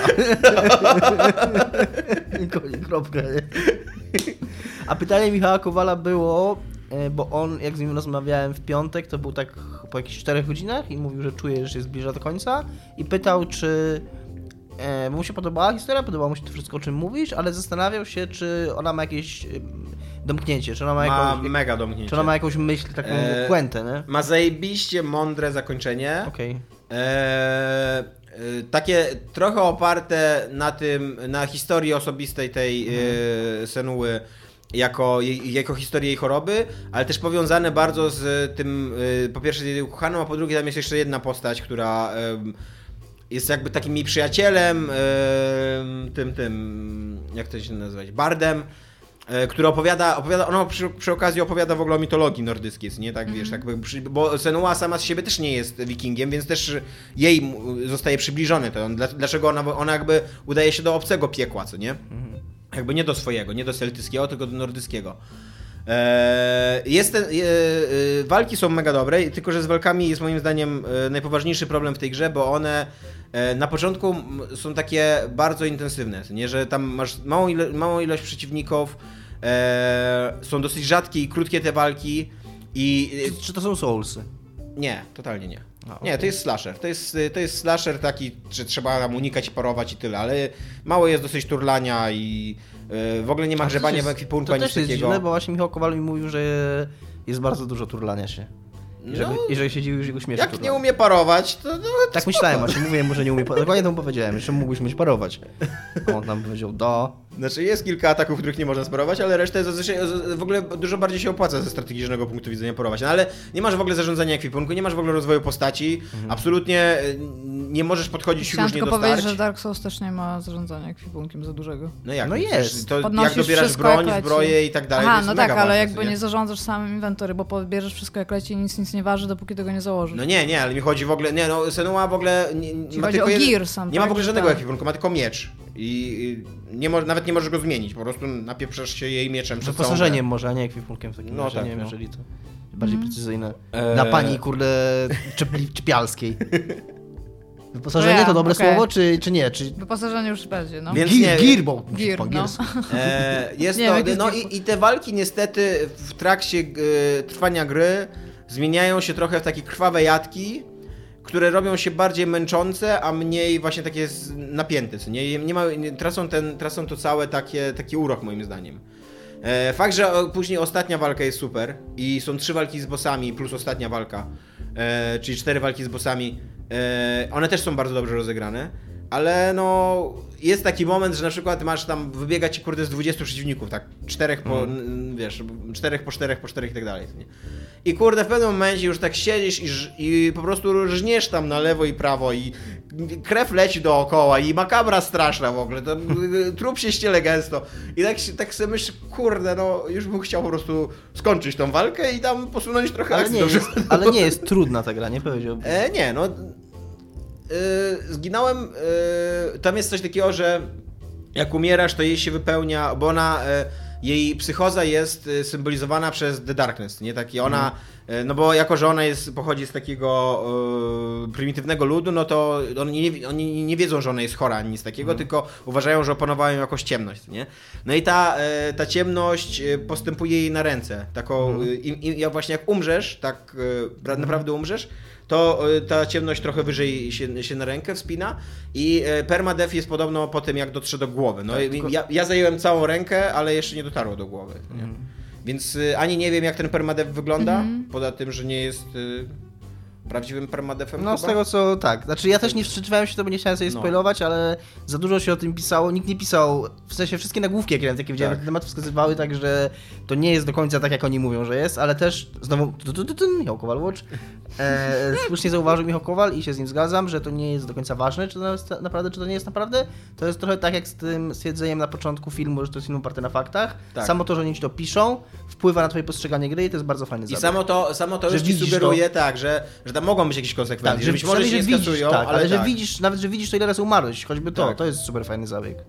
Speaker 3: Kropka. A pytanie Michała Kowala było, bo on, jak z nim rozmawiałem w piątek, to był tak po jakichś 4 godzinach i mówił, że czuje, że się zbliża do końca i pytał, czy mu się podobała historia, podobało mu się to wszystko, o czym mówisz, ale zastanawiał się, czy ona ma jakieś domknięcie, czy ona ma
Speaker 2: mega domknięcie.
Speaker 3: Czy ona ma jakąś myśl, taką puentę, nie?
Speaker 2: Ma zajebiście mądre zakończenie.
Speaker 3: Okej.
Speaker 2: Takie trochę oparte na historii osobistej tej Senuły jako historii jej choroby, ale też powiązane bardzo z tym, po pierwsze z jej ukochaną, a po drugie tam jest jeszcze jedna postać, która jest jakby takim jej przyjacielem, jak to się nazywać, bardem, który opowiada, ona przy okazji opowiada w ogóle o mitologii nordyckiej, nie? Tak, wiesz, tak, bo Senua sama z siebie też nie jest wikingiem, więc też jej zostaje przybliżony to. Dlaczego ona jakby udaje się do obcego piekła, co nie? Jakby nie do swojego, nie do celtyckiego, tylko do nordyckiego. Walki są mega dobre, tylko że z walkami jest moim zdaniem najpoważniejszy problem w tej grze, bo one na początku są takie bardzo intensywne, nie? Że tam masz małą ilość przeciwników, są dosyć rzadkie i krótkie te walki i...
Speaker 3: Czy to są Soulsy?
Speaker 2: Nie, totalnie nie. Nie, to jest slasher. To jest slasher taki, że trzeba tam unikać i parować i tyle, ale mało jest dosyć turlania i w ogóle nie ma grzebania w ekwipunku ani
Speaker 3: coś takiego. To też jest dziwne, bo właśnie Michał Kowal mi mówił, że jest bardzo dużo turlania się. I że się dziwił, że go śmieszy.
Speaker 2: Jak nie umie parować, to
Speaker 3: tak spoko. Myślałem, właśnie mówiłem mu, że nie umie parować. Dokładnie to mu powiedziałem, jeszcze mógłbyś umieć parować. A on tam powiedział,
Speaker 2: Znaczy jest kilka ataków, których nie można sparować, ale resztę w ogóle dużo bardziej się opłaca ze strategicznego punktu widzenia parować. No ale nie masz w ogóle zarządzania ekwipunku, nie masz w ogóle rozwoju postaci, absolutnie nie możesz podchodzić różnie do starć.
Speaker 4: Powiedzieć, że Dark Souls też nie ma zarządzania ekwipunkiem za dużego.
Speaker 2: No jak?
Speaker 3: No jest.
Speaker 2: To jak dobierasz broń, zbroję i tak dalej.
Speaker 4: Aha, no tak, ale jakby nie zarządzasz samym inwentory, bo pobierzesz wszystko jak leci i nic nie waży, dopóki tego nie założysz.
Speaker 2: No nie, ale mi chodzi w ogóle, Senua w ogóle nie ma w ogóle żadnego ekwipunku, ma tylko miecz. I nawet nie możesz go zmienić, po prostu napieprzasz się jej mieczem przez całą
Speaker 3: wyposażeniem może, a nie ekwipunkiem w takim razie,
Speaker 2: tak,
Speaker 3: nie wiem, jeżeli to bardziej precyzyjne. Dla pani, kurde, czepialskiej. Wyposażenie to dobre słowo, czy nie?
Speaker 4: Wyposażenie już będzie, no.
Speaker 2: Więc
Speaker 3: Gear, po
Speaker 4: angielsku.
Speaker 2: Jest to, i te walki niestety w trakcie trwania gry zmieniają się trochę w takie krwawe jatki, które robią się bardziej męczące, a mniej właśnie takie napięte, co nie? Tracą to całe taki urok moim zdaniem. Fakt, że później ostatnia walka jest super i są 3 walki z bossami plus ostatnia walka, czyli 4 walki z bossami, one też są bardzo dobrze rozegrane, ale no jest taki moment, że na przykład masz tam, wybiega ci kurde z 20 przeciwników, tak 4 po, wiesz, 4 po 4 po 4 i tak dalej, nie? I kurde w pewnym momencie już tak siedzisz i po prostu rżniesz tam na lewo i prawo i krew leci dookoła i makabra straszna w ogóle, to trup się ściele gęsto i tak sobie myślę, kurde, no już bym chciał po prostu skończyć tą walkę i tam posunąć trochę akcji.
Speaker 3: Ale nie jest trudna ta gra, nie powiedziałbym.
Speaker 2: Nie, no zginąłem, tam jest coś takiego, że jak umierasz, to jej się wypełnia, bo ona, jej psychoza jest symbolizowana przez The Darkness, nie? Taki ona, no bo jako, że ona pochodzi z takiego prymitywnego ludu, no to oni nie wiedzą, że ona jest chora, ani nic takiego, tylko uważają, że opanowała ją jakąś ciemność, nie? No i ta ciemność postępuje jej na ręce, taką, jak właśnie jak umrzesz, tak naprawdę umrzesz, to ta ciemność trochę wyżej się na rękę wspina i permadeath jest podobno po tym, jak dotrze do głowy. No, tak, ja zajęłem całą rękę, ale jeszcze nie dotarło do głowy. Nie? Więc ani nie wiem, jak ten permadeath wygląda, poza tym, że nie jest prawdziwym permadeathem.
Speaker 3: No chyba? Z tego co tak. Znaczy ja też nie wczytywałem się to, bo nie chciałem sobie spoilować, ale za dużo się o tym pisało. Nikt nie pisał, w sensie wszystkie nagłówki, jakie widziałem na ten temat, wskazywały tak, że to nie jest do końca tak, jak oni mówią, że jest, ale też znowu Michał Kowal-Watch słusznie zauważył Michał Kowal i się z nim zgadzam, że to nie jest do końca ważne, czy to nie jest naprawdę. To jest trochę tak jak z tym stwierdzeniem na początku filmu, że to jest film oparty na faktach. Tak. Samo to, że oni ci to piszą, wpływa na twoje postrzeganie gry i to jest bardzo fajny zabieg.
Speaker 2: I samo to już ci sugeruje, tak, że tam mogą być jakieś konsekwencje,
Speaker 3: że
Speaker 2: być może się nie skasują,
Speaker 3: tak, ale
Speaker 2: tak.
Speaker 3: widzisz, nawet że widzisz to ile razy umarłeś, choćby to,
Speaker 2: tak.
Speaker 3: To jest super fajny zabieg.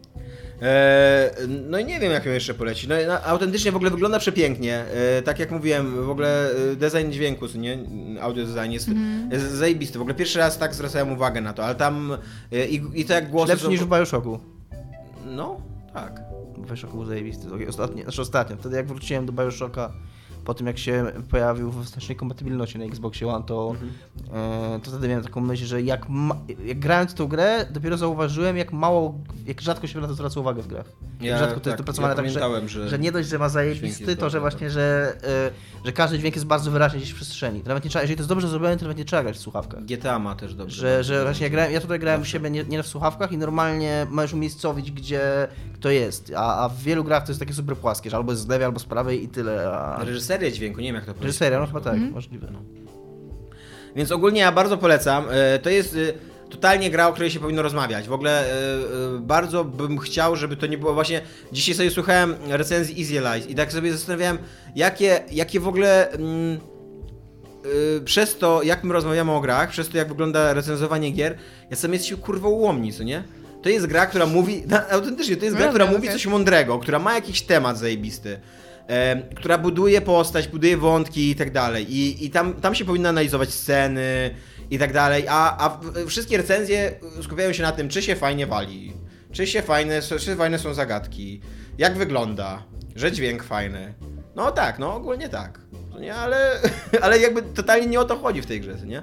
Speaker 2: No i nie wiem, jak ją jeszcze poleci. No, autentycznie w ogóle wygląda przepięknie. Tak jak mówiłem, w ogóle design dźwięku, nie? Audio design jest zajebisty. W ogóle pierwszy raz tak zwracałem uwagę na to, ale tam i to jak głosy...
Speaker 3: Lepszy niż w BioShocku.
Speaker 2: No, tak.
Speaker 3: BioShock był zajebisty. Ostatnio, wtedy jak wróciłem do BioShocka, po tym jak się pojawił w wstecznej kompatybilności na Xboxie One, to wtedy miałem taką myśl, że jak grając w tą grę, dopiero zauważyłem, jak rzadko się na to zwraca uwagę w grach. Jak rzadko to jest dopracowane tak, że nie dość, że ma zajebisty, to że właśnie, że każdy dźwięk jest bardzo wyraźny gdzieś w przestrzeni. To nawet nie trzeba, jeżeli to jest dobrze zrobione, to nawet nie trzeba grać w słuchawkach.
Speaker 2: GTA ma też dobrze.
Speaker 3: Że właśnie ja tutaj grałem u siebie nie w słuchawkach i normalnie możesz umiejscowić, gdzie to jest, a w wielu grach to jest takie super płaskie, że albo jest z lewej, albo z prawej i tyle.
Speaker 2: Reżyseria dźwięku, nie wiem jak to powiedzieć.
Speaker 3: Reżyseria, no chyba tak, możliwe. No.
Speaker 2: Więc ogólnie ja bardzo polecam. To jest totalnie gra, o której się powinno rozmawiać. W ogóle bardzo bym chciał, żeby to nie było właśnie... Dzisiaj sobie słuchałem recenzji Easy Allies i tak sobie zastanawiałem, jakie w ogóle... przez to, jak my rozmawiamy o grach, przez to, jak wygląda recenzowanie gier, ja sam jest się kurwa ułomni, co nie? To jest gra, która mówi... autentycznie, to jest gra, która mówi coś mądrego, która ma jakiś temat zajebisty. Która buduje postać, buduje wątki i tak dalej. I tam się powinno analizować sceny i tak dalej, a wszystkie recenzje skupiają się na tym, czy się fajnie wali, czy fajne są zagadki, jak wygląda, że dźwięk fajny. No tak, no ogólnie tak. Nie, ale jakby totalnie nie o to chodzi w tej grze, nie?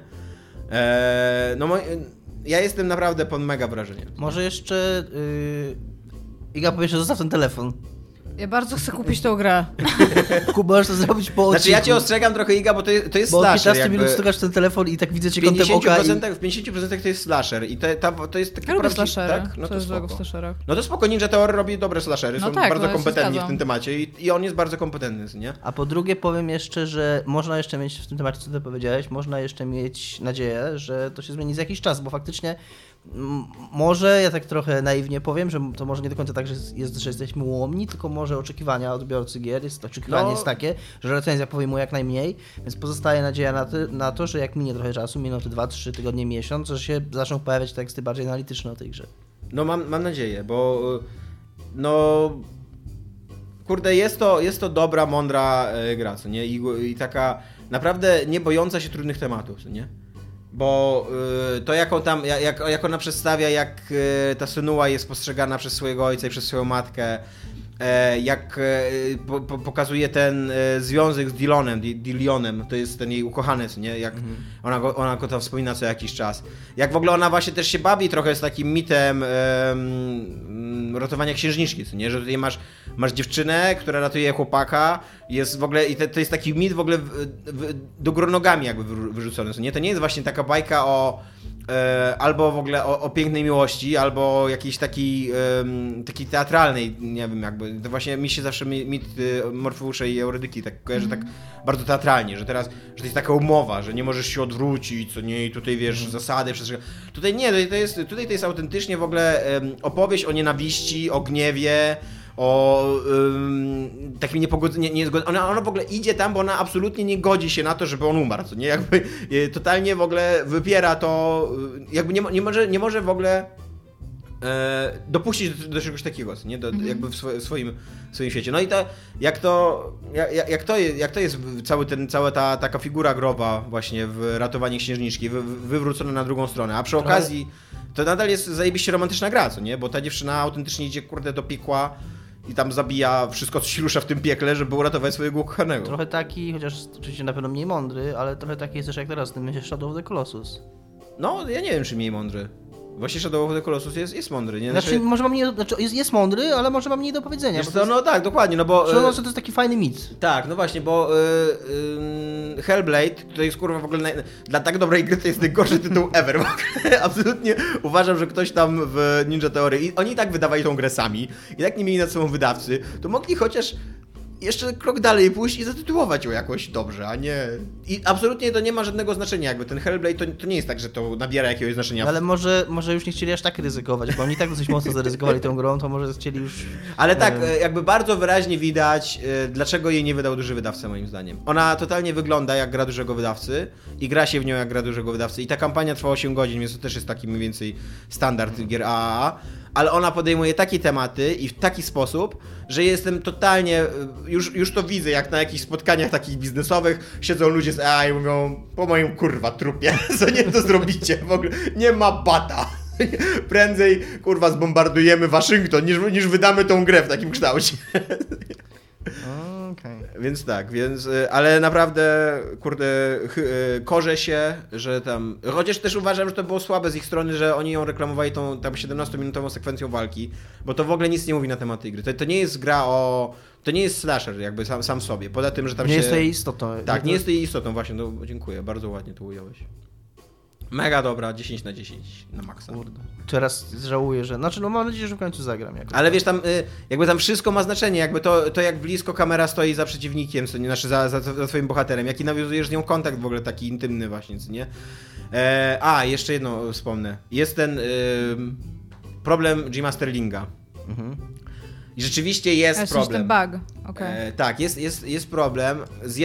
Speaker 2: Ja jestem naprawdę pod mega wrażeniem.
Speaker 3: Może jeszcze... Iga powie, że zostaw ten telefon.
Speaker 4: Ja bardzo chcę kupić tą grę.
Speaker 3: Kuba, możesz to zrobić po odcinku.
Speaker 2: Znaczy ja cię ostrzegam trochę, Iga, bo to jest slasher.
Speaker 3: Bo 15 minut stukasz ten telefon i tak widzę cię kątem oka.
Speaker 2: W 50% to jest slasher i to jest taki
Speaker 4: lubię slashery.
Speaker 2: Tak? No
Speaker 4: to jest w slasherach.
Speaker 2: No to spoko, Ninja Theory robi dobre slashery,
Speaker 4: no
Speaker 2: są
Speaker 4: tak,
Speaker 2: bardzo kompetentni w tym temacie i on jest bardzo kompetentny, nie?
Speaker 3: A po drugie powiem jeszcze, że można jeszcze mieć w tym temacie, co ty powiedziałeś, można jeszcze mieć nadzieję, że to się zmieni za jakiś czas, bo faktycznie może, ja tak trochę naiwnie powiem, że to może nie do końca tak, że jesteśmy ułomni, tylko może oczekiwania odbiorcy gier, oczekiwanie jest takie, że recenzja powie mu jak najmniej, więc pozostaje nadzieja na to, że jak minie trochę czasu, miną te 2-3 tygodnie, miesiąc, że się zaczną pojawiać teksty bardziej analityczne o tej grze.
Speaker 2: No mam nadzieję, bo no kurde, jest to dobra, mądra gra, co nie? I taka naprawdę nie bojąca się trudnych tematów, co nie? Bo to jak ona przedstawia, jak ta Senua jest postrzegana przez swojego ojca i przez swoją matkę, jak pokazuje ten związek z Dillionem, to jest ten jej ukochaniec, nie? Jak ona go tam wspomina co jakiś czas. Jak w ogóle ona właśnie też się bawi trochę z takim mitem ratowania księżniczki, co nie? Że tutaj masz dziewczynę, która ratuje chłopaka, jest w ogóle, i to jest taki mit w ogóle do góry nogami jakby wyrzucony, co nie? To nie jest właśnie taka bajka albo w ogóle o pięknej miłości, albo jakiejś takiej teatralnej, nie wiem, jakby, to właśnie mi się zawsze mit Morfeusza i Eurydyki tak kojarzy tak bardzo teatralnie, że teraz, że to jest taka umowa, że nie możesz się odwrócić, co nie, i tutaj wiesz, zasady, tutaj nie, tutaj to jest autentycznie w ogóle opowieść o nienawiści, o gniewie, o takim ona w ogóle idzie tam, bo ona absolutnie nie godzi się na to, żeby on umarł, co nie? Jakby totalnie w ogóle wypiera to, jakby nie może w ogóle dopuścić do czegoś takiego, co nie? Jakby w swoim świecie. No i to, jak to jest cała ta taka figura groba właśnie w ratowaniu księżniczki, wywrócona na drugą stronę, a przy okazji to nadal jest zajebiście romantyczna gra, co nie? Bo ta dziewczyna autentycznie idzie, kurde, do piekła i tam zabija wszystko, co się rusza w tym piekle, żeby uratować swojego ukochanego.
Speaker 3: Trochę taki, chociaż oczywiście na pewno mniej mądry, ale trochę taki jest też jak teraz, tym Shadow of the Colossus.
Speaker 2: No, ja nie wiem, czy mniej mądry. Właśnie Shadow of the Colossus jest mądry, nie?
Speaker 3: Znaczy, może ma mniej, jest mądry, ale może ma mniej do powiedzenia.
Speaker 2: Wiesz co, no tak, dokładnie, no bo...
Speaker 3: to jest taki fajny mit.
Speaker 2: Tak, no właśnie, bo Hellblade to jest kurwa w ogóle dla tak dobrej gry to jest najgorszy tytuł ever. Absolutnie uważam, że ktoś tam w Ninja Theory, i oni tak wydawali tą grę sami, i tak nie mieli nad sobą wydawcy, to mogli chociaż jeszcze krok dalej pójść i zatytułować ją jakoś dobrze, a nie... I absolutnie to nie ma żadnego znaczenia, jakby ten Hellblade to nie jest tak, że to nabiera jakiegoś znaczenia.
Speaker 3: Ale może już nie chcieli aż tak ryzykować, bo oni tak dosyć mocno zaryzykowali tą grą, to może chcieli już...
Speaker 2: Ale tak, jakby bardzo wyraźnie widać, dlaczego jej nie wydał duży wydawca, moim zdaniem. Ona totalnie wygląda jak gra dużego wydawcy i gra się w nią jak gra dużego wydawcy. I ta kampania trwa 8 godzin, więc to też jest taki mniej więcej standard gier AAA. Ale ona podejmuje takie tematy i w taki sposób, że jestem totalnie, już to widzę, jak na jakichś spotkaniach takich biznesowych siedzą ludzie z AI i mówią, po moim kurwa trupie, co nie to zrobicie, w ogóle nie ma bata. Prędzej kurwa zbombardujemy Waszyngton, niż wydamy tą grę w takim kształcie.
Speaker 3: Okay.
Speaker 2: Więc tak, ale naprawdę, kurde, korzę się, że tam... Chociaż też uważam, że to było słabe z ich strony, że oni ją reklamowali tą tam 17-minutową sekwencją walki, bo to w ogóle nic nie mówi na temat tej gry. To nie jest gra to nie jest slasher jakby sam w sobie, poza tym, że tam
Speaker 3: nie jest jej istotą.
Speaker 2: Tak, nie jest jej istotą, właśnie, no dziękuję, bardzo ładnie to ująłeś. Mega dobra, 10/10 na maksa.
Speaker 3: Kurde. Teraz żałuję, że... Znaczy, no mam nadzieję, że w końcu zagram jakoś.
Speaker 2: Ale wiesz, tam jakby tam wszystko ma znaczenie, jakby to jak blisko kamera stoi za przeciwnikiem, co nie, znaczy za twoim bohaterem, jaki nawiązujesz z nią kontakt w ogóle taki intymny właśnie, co nie? Jeszcze jedno wspomnę. Jest ten problem Jima Sterlinga. I rzeczywiście jest problem.
Speaker 4: ten bug, okej.
Speaker 2: Tak, jest problem z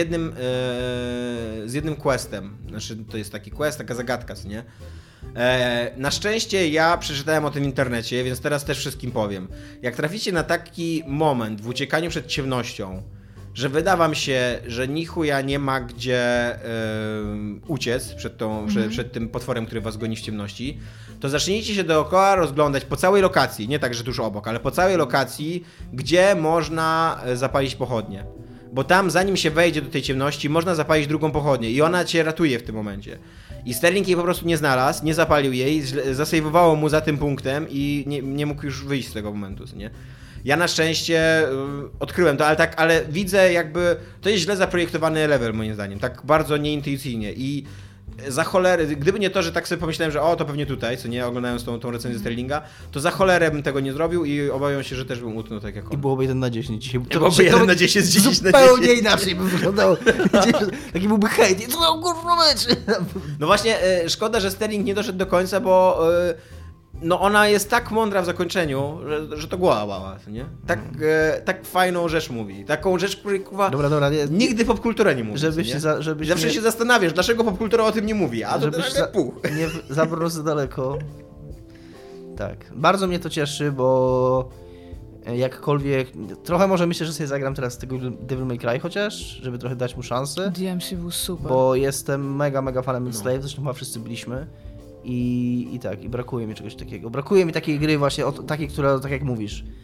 Speaker 2: jednym questem. Znaczy, to jest taki quest, taka zagadka, co nie? Na szczęście ja przeczytałem o tym w internecie, więc teraz też wszystkim powiem. Jak traficie na taki moment w uciekaniu przed ciemnością, że wyda wam się, że ni chuja nie ma gdzie uciec przed tym potworem, który was goni w ciemności, to zacznijcie się dookoła rozglądać po całej lokacji, nie tak, że tuż obok, ale po całej lokacji, gdzie można zapalić pochodnie. Bo tam, zanim się wejdzie do tej ciemności, można zapalić drugą pochodnię i ona cię ratuje w tym momencie. I Sterling jej po prostu nie znalazł, nie zapalił jej, zasejwowało mu za tym punktem i nie mógł już wyjść z tego momentu, nie? Ja na szczęście odkryłem to, ale widzę jakby, to jest źle zaprojektowany level moim zdaniem, tak bardzo nieintuicyjnie i za cholerę, gdyby nie to, że tak sobie pomyślałem, że to pewnie tutaj, co nie, oglądając tą recenzję Sterlinga, to za cholerę bym tego nie zrobił i obawiam się, że też bym utknął tak jak on.
Speaker 3: I byłoby 1/10 dzisiaj.
Speaker 2: To byłoby 1/10, 10/10.
Speaker 3: Zupełnie inaczej by wyglądało. Taki byłby hejt. Co tam kurwa mecz?
Speaker 2: No właśnie, szkoda, że Sterling nie doszedł do końca, bo no ona jest tak mądra w zakończeniu, że to głowa bała, nie? Tak fajną rzecz mówi. Taką rzecz, której kurwa
Speaker 3: dobra, nie,
Speaker 2: nigdy popkultura nie mówi. Zawsze się zastanawiasz, dlaczego popkultura o tym nie mówi, a to
Speaker 3: nie zabrnął za daleko. Tak. Bardzo mnie to cieszy, bo jakkolwiek... Trochę może myślę, że sobie zagram teraz tego Devil May Cry chociaż, żeby trochę dać mu szansę.
Speaker 4: DMC był super.
Speaker 3: Bo jestem mega fanem Enslave, zresztą chyba wszyscy byliśmy. I brakuje mi czegoś takiego. Brakuje mi takiej gry właśnie, takiej, która, tak jak mówisz,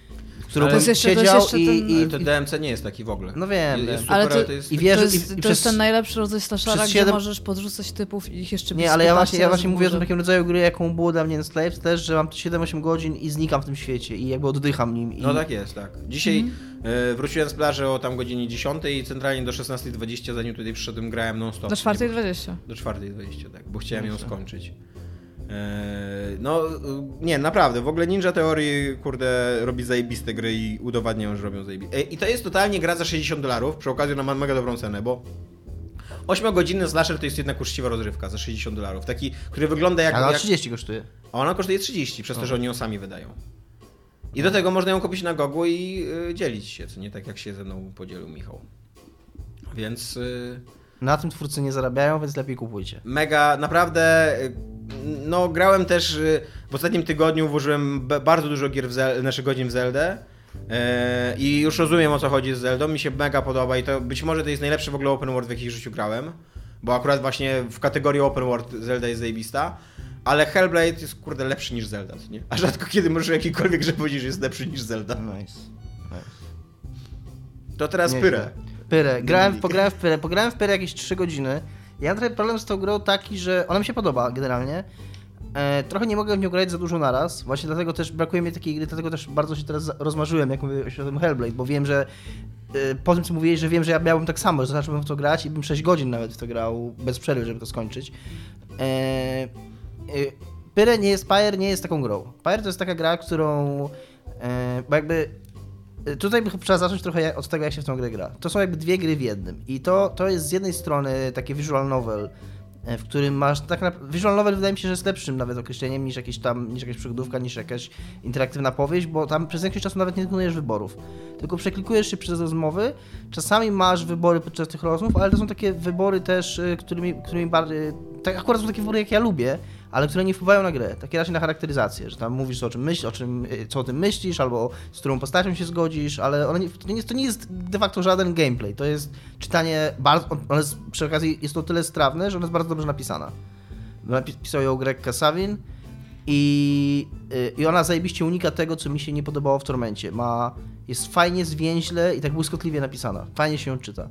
Speaker 3: w którą
Speaker 2: Ale
Speaker 3: bym
Speaker 4: to jest jeszcze
Speaker 3: siedział
Speaker 4: ten-
Speaker 2: Ale to DMC nie jest taki w ogóle.
Speaker 3: No wiem,
Speaker 2: Jest
Speaker 3: wiem.
Speaker 2: super,
Speaker 4: Ale to-
Speaker 2: to jest...
Speaker 3: I wiesz,
Speaker 4: to jest,
Speaker 3: i
Speaker 4: to
Speaker 3: przez-
Speaker 4: jest ten najlepszy rodzaj slashera,
Speaker 3: przez
Speaker 4: gdzie
Speaker 3: 7
Speaker 4: możesz podrzucać typów i ich jeszcze
Speaker 3: Nie, ale ja
Speaker 4: 15
Speaker 3: właśnie
Speaker 4: razy
Speaker 3: mówię o
Speaker 4: dłużej.
Speaker 3: takim rodzaju gry, jaką było dla mnie Enslaved też, że mam 7-8 godzin i znikam w tym świecie i jakby oddycham nim. I...
Speaker 2: No tak jest, tak. Dzisiaj wróciłem z plaży o tam godzinie 10 i centralnie do 16:20, zanim tutaj przyszedłem, grałem non-stop.
Speaker 4: Do 4:20.
Speaker 2: Do 4:20, tak, bo chciałem ją skończyć. No, nie, naprawdę, w ogóle Ninja Theory, kurde, robi zajebiste gry i udowadniają, że robią zajebiste. I to jest totalnie gra za $60, przy okazji ona ma mega dobrą cenę, bo 8-godzinny slasher to jest jednak uczciwa rozrywka za $60. Taki, który wygląda jak...
Speaker 3: Ale ona
Speaker 2: jak...
Speaker 3: 30 kosztuje.
Speaker 2: A ona kosztuje 30, przez to, że oni ją sami wydają. I do tego można ją kupić na Gogu i dzielić się, co nie tak jak się ze mną podzielił Michał. Więc
Speaker 3: Na tym twórcy nie zarabiają, więc lepiej kupujcie.
Speaker 2: mega, naprawdę, no grałem też, w ostatnim tygodniu włożyłem bardzo dużo gier godzin w Zeldę i już rozumiem, o co chodzi z Zeldą, mi się mega podoba i to być może to jest najlepszy w ogóle open world, w jaki w życiu grałem, bo akurat właśnie w kategorii open world Zelda jest zajebista. Ale Hellblade jest, kurde, lepszy niż Zelda, nie? A rzadko kiedy możesz jakikolwiek grze powiedzieć, że jest lepszy niż Zelda.
Speaker 3: Nice.
Speaker 2: To teraz
Speaker 3: Nieźle.
Speaker 2: Pyrę.
Speaker 3: Pyrę. Pograłem w Pyrę jakieś 3 godziny. Ja mam trochę problem z tą grą taki, że ona mi się podoba generalnie. Trochę nie mogę w nią grać za dużo naraz. Właśnie dlatego też brakuje mi takiej gry, dlatego też bardzo się teraz rozmarzyłem, jak mówię o tym Hellblade, bo wiem, że po tym, co mówiłeś, że wiem, że ja miałbym tak samo, że zacząłbym w to grać i bym 6 godzin nawet w to grał bez przerwy, żeby to skończyć. Pyre nie jest, Pyre nie jest taką grą. Pyre to jest taka gra, którą bo jakby tutaj trzeba zacząć trochę od tego, jak się w tą grę gra. To są jakby dwie gry w jednym i to jest z jednej strony takie visual novel, w którym masz tak naprawdę... Visual novel wydaje mi się, że jest lepszym nawet określeniem niż jakaś przygodówka, niż jakaś interaktywna powieść, bo tam przez większość czasu nawet nie wykonujesz wyborów. Tylko przeklikujesz się przez rozmowy, czasami masz wybory podczas tych rozmów, ale to są takie wybory też, którymi bardziej... Tak akurat są takie wybory, jak ja lubię, ale które nie wpływają na grę, takie raczej na charakteryzację, że tam mówisz o czym myślisz, co o tym myślisz, albo z którą postacią się zgodzisz, ale to nie jest de facto żaden gameplay, to jest czytanie bardzo, ona jest, przy okazji jest to tyle strawne, że ona jest bardzo dobrze napisana. Napisał ją Greg Kasavin i ona zajebiście unika tego, co mi się nie podobało w Tormencie. Jest fajnie, zwięźle i tak błyskotliwie napisana, fajnie się ją czyta.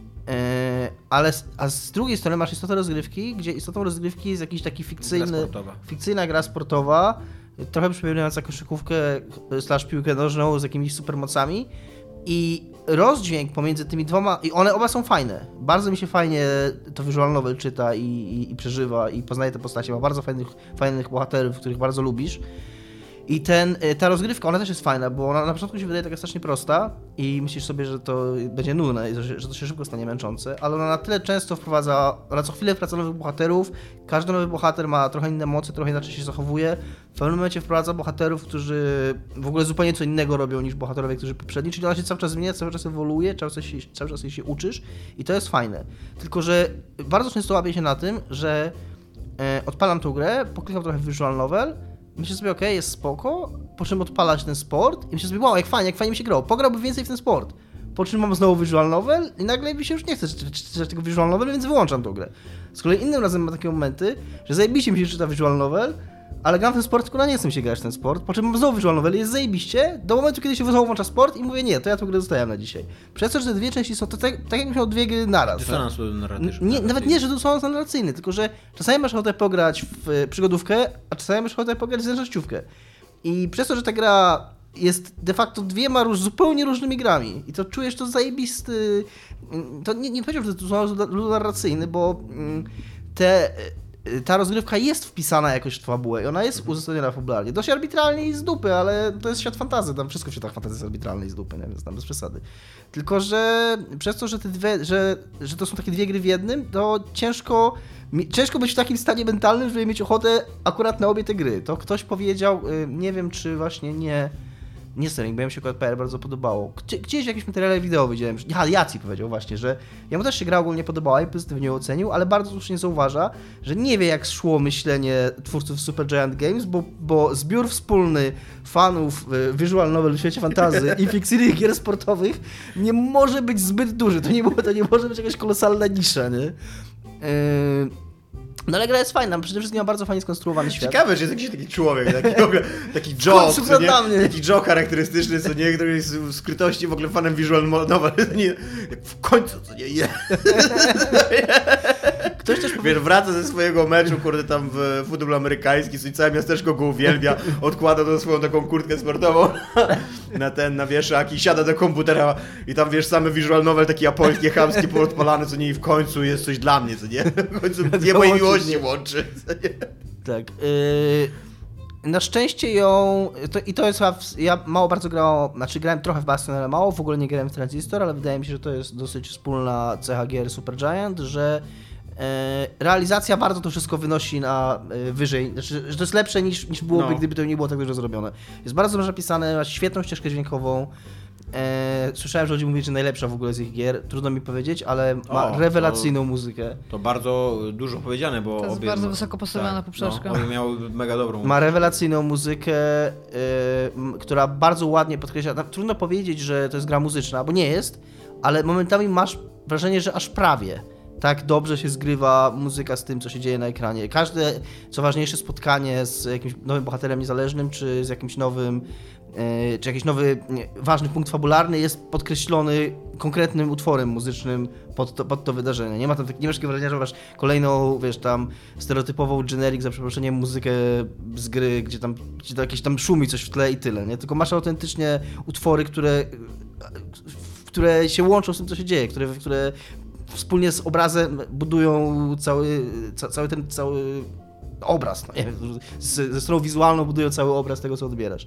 Speaker 3: A z drugiej strony masz istotę rozgrywki, gdzie istotą rozgrywki jest jakiś taki fikcyjna gra sportowa, trochę przypominająca koszykówkę / piłkę nożną z jakimiś supermocami i rozdźwięk pomiędzy tymi dwoma, i one oba są fajne, bardzo mi się fajnie to visual novel czyta i przeżywa i poznaje te postacie, ma bardzo fajnych bohaterów, których bardzo lubisz. I ta rozgrywka, ona też jest fajna, bo ona na początku się wydaje taka strasznie prosta i myślisz sobie, że to będzie nudne i że to się szybko stanie męczące, ale ona na tyle często ona co chwilę wprowadza nowych bohaterów, każdy nowy bohater ma trochę inne moce, trochę inaczej się zachowuje. W pewnym momencie wprowadza bohaterów, którzy w ogóle zupełnie co innego robią niż bohaterowie, którzy poprzedni, czyli ona się cały czas zmienia, cały czas ewoluuje, cały czas się uczysz i to jest fajne. Tylko że bardzo często łapię się na tym, że odpalam tą grę, poklikam trochę w visual novel, myślę sobie, okej, jest spoko, po czym odpalać ten sport i myślę sobie, wow, jak fajnie mi się grało, pograłbym więcej w ten sport. Po czym mam znowu visual novel i nagle mi się już nie chce czytać tego visual novel, więc wyłączam tą grę. Z kolei innym razem mam takie momenty, że zajebiście mi się czyta visual novel, ale gram w ten sport, tylko nie chcę mi się grać w ten sport, po czym mam znowu visual novel i jest zajebiście, do momentu, kiedy się znowu włącza sport i mówię, nie, to ja tę grę zostawiam na dzisiaj. Przez to, że te dwie części są, to tak jakbym miał dwie gry naraz.
Speaker 2: Dysonans narratywny.
Speaker 3: Nawet nie, że dysonans narracyjny, tylko że czasami masz ochotę pograć w przygodówkę, a czasami masz ochotę pograć w zręcznościówkę. I przez to, że ta gra jest de facto dwiema zupełnie różnymi grami i to czujesz to zajebisty... To nie powiedział, że to jest narracyjny, bo ta rozgrywka jest wpisana jakoś w fabułę i ona jest uzasadniona fabularnie. Dość arbitralnie i z dupy, ale to jest świat fantasy, tam wszystko w światach fantasy jest arbitralne i z dupy, nie? Więc tam bez przesady. Tylko, że przez to, że że to są takie dwie gry w jednym, to ciężko być w takim stanie mentalnym, żeby mieć ochotę akurat na obie te gry. To ktoś powiedział, nie wiem czy właśnie nie Sterling, bo ja mi się akurat PR bardzo podobało. Gdzieś w jakimś materiale wideo widziałem, że Jaci powiedział właśnie, że jemu też się gra ogólnie podobała i pozytywnie ją ocenił, ale bardzo słusznie zauważa, że nie wie jak szło myślenie twórców Supergiant Games, bo zbiór wspólny fanów visual novel w świecie fantasy i fikcyjnych gier sportowych nie może być zbyt duży. To nie może być jakaś kolosalna nisza, nie? No ale gra jest fajna, przede wszystkim ma bardzo fajnie skonstruowany świat.
Speaker 2: Ciekawe, że jest jakiś taki człowiek, taki Joe, co nie?
Speaker 3: dla mnie.
Speaker 2: Taki Joe charakterystyczny, co nie? Który jest w skrytości w ogóle fanem visual novel, nie? W końcu, co nie?
Speaker 3: Ktoś też
Speaker 2: Wiesz, wraca ze swojego meczu, kurde, tam w futbol amerykański, i całe miasteczko go uwielbia, odkłada tą swoją taką kurtkę sportową na wieszak i siada do komputera i tam, wiesz, same visual novel, taki japoński, chamski, poodpalany, co nie? I w końcu jest coś dla mnie, co nie? W końcu dwie moje miłości łączy, co nie?
Speaker 3: Tak. Na szczęście ją... To jest chyba... Ja mało bardzo grałem trochę w Bastion, ale mało. W ogóle nie grałem w Transistor, ale wydaje mi się, że to jest dosyć wspólna cecha gier Supergiant, że realizacja bardzo to wszystko wynosi na wyżej. Znaczy, że to jest lepsze niż byłoby, gdyby to nie było tak dobrze zrobione. Jest bardzo dobrze napisane, ma świetną ścieżkę dźwiękową. Słyszałem, że ludzie mówią, że najlepsza w ogóle z ich gier. Trudno mi powiedzieć, ale ma rewelacyjną muzykę.
Speaker 2: To bardzo dużo powiedziane, bo
Speaker 4: to jest
Speaker 2: obie...
Speaker 4: bardzo wysoko postawiona poprzeczka.
Speaker 2: One miały mega dobrą.
Speaker 3: Ma rewelacyjną muzykę, która bardzo ładnie podkreśla. Trudno powiedzieć, że to jest gra muzyczna, bo nie jest, ale momentami masz wrażenie, że aż prawie. Tak dobrze się zgrywa muzyka z tym, co się dzieje na ekranie. Każde, co ważniejsze, spotkanie z jakimś nowym bohaterem niezależnym, czy z jakimś nowym, czy jakiś nowy ważny punkt fabularny jest podkreślony konkretnym utworem muzycznym pod to wydarzenie. Nie masz takiego wrażenia, że masz kolejną, wiesz, tam stereotypową generic, za przeproszeniem, muzykę z gry, gdzie to jakieś tam szumi coś w tle i tyle, nie? Tylko masz autentycznie utwory, które się łączą z tym, co się dzieje, które wspólnie z obrazem budują cały ten obraz. No, nie wiem, ze stroną wizualną budują cały obraz tego, co odbierasz.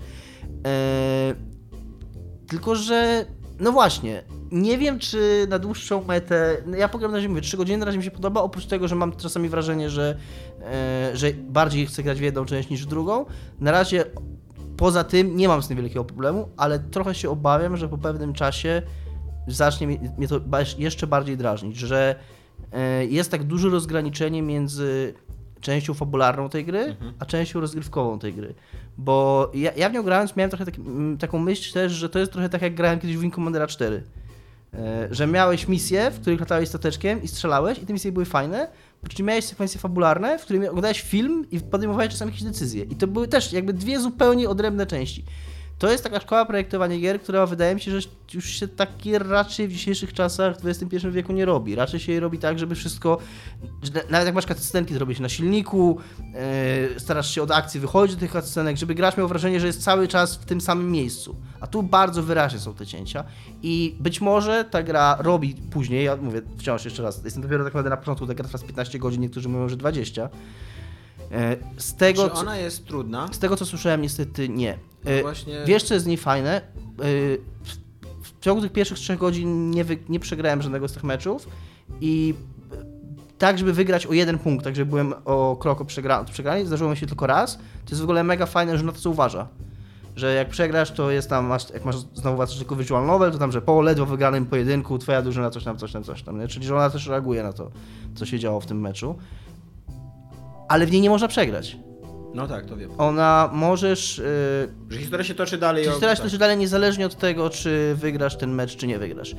Speaker 3: Tylko, że no właśnie, nie wiem, czy na dłuższą metę, ja pogram na razie, mówię, 3 godziny na razie mi się podoba, oprócz tego, że mam czasami wrażenie, że bardziej chcę grać w jedną część niż w drugą. Na razie poza tym nie mam z tym wielkiego problemu, ale trochę się obawiam, że po pewnym czasie zacznie mnie to jeszcze bardziej drażnić, że jest tak duże rozgraniczenie między częścią fabularną tej gry, a częścią rozgrywkową tej gry. Bo ja w nią grając miałem trochę taką myśl też, że to jest trochę tak jak grałem kiedyś w Wing Commandera 4. Że miałeś misje, w których latałeś stateczkiem i strzelałeś i te misje były fajne, po czym miałeś sekwencje fabularne, w których oglądałeś film i podejmowałeś czasami jakieś decyzje. I to były też jakby dwie zupełnie odrębne części. To jest taka szkoła projektowania gier, która wydaje mi się, że już się takie raczej w dzisiejszych czasach w XXI wieku nie robi. Raczej się je robi tak, żeby wszystko, nawet jak masz cutscenki, to robisz na silniku, starasz się od akcji wychodzić do tych cutscenek, żeby gracz miał wrażenie, że jest cały czas w tym samym miejscu. A tu bardzo wyraźnie są te cięcia i być może ta gra robi później, ja mówię wciąż jeszcze raz, jestem dopiero tak naprawdę na początku, ta gra trwa 15 godzin, niektórzy mówią, że 20. Z tego,
Speaker 2: czy ona jest trudna?
Speaker 3: Z tego, co słyszałem, niestety nie.
Speaker 2: No właśnie...
Speaker 3: Wiesz, co jest z niej fajne? W ciągu tych pierwszych 3 godzin nie przegrałem żadnego z tych meczów i tak, żeby wygrać o 1 punkt, tak, żeby byłem o krok od przegrania, zdarzyło mi się tylko raz. To jest w ogóle mega fajne, że na to co uważa. Że jak przegrasz, to jest tam, jak masz znowu tylko visual novel, to tam, że po ledwo wygranym pojedynku twoja drużyna coś tam, nie? Czyli że ona też reaguje na to, co się działo w tym meczu. Ale w niej nie można przegrać.
Speaker 2: No tak, to wiem.
Speaker 3: Ona możesz...
Speaker 2: że historia się toczy dalej.
Speaker 3: Historia się toczy dalej niezależnie od tego, czy wygrasz ten mecz, czy nie wygrasz.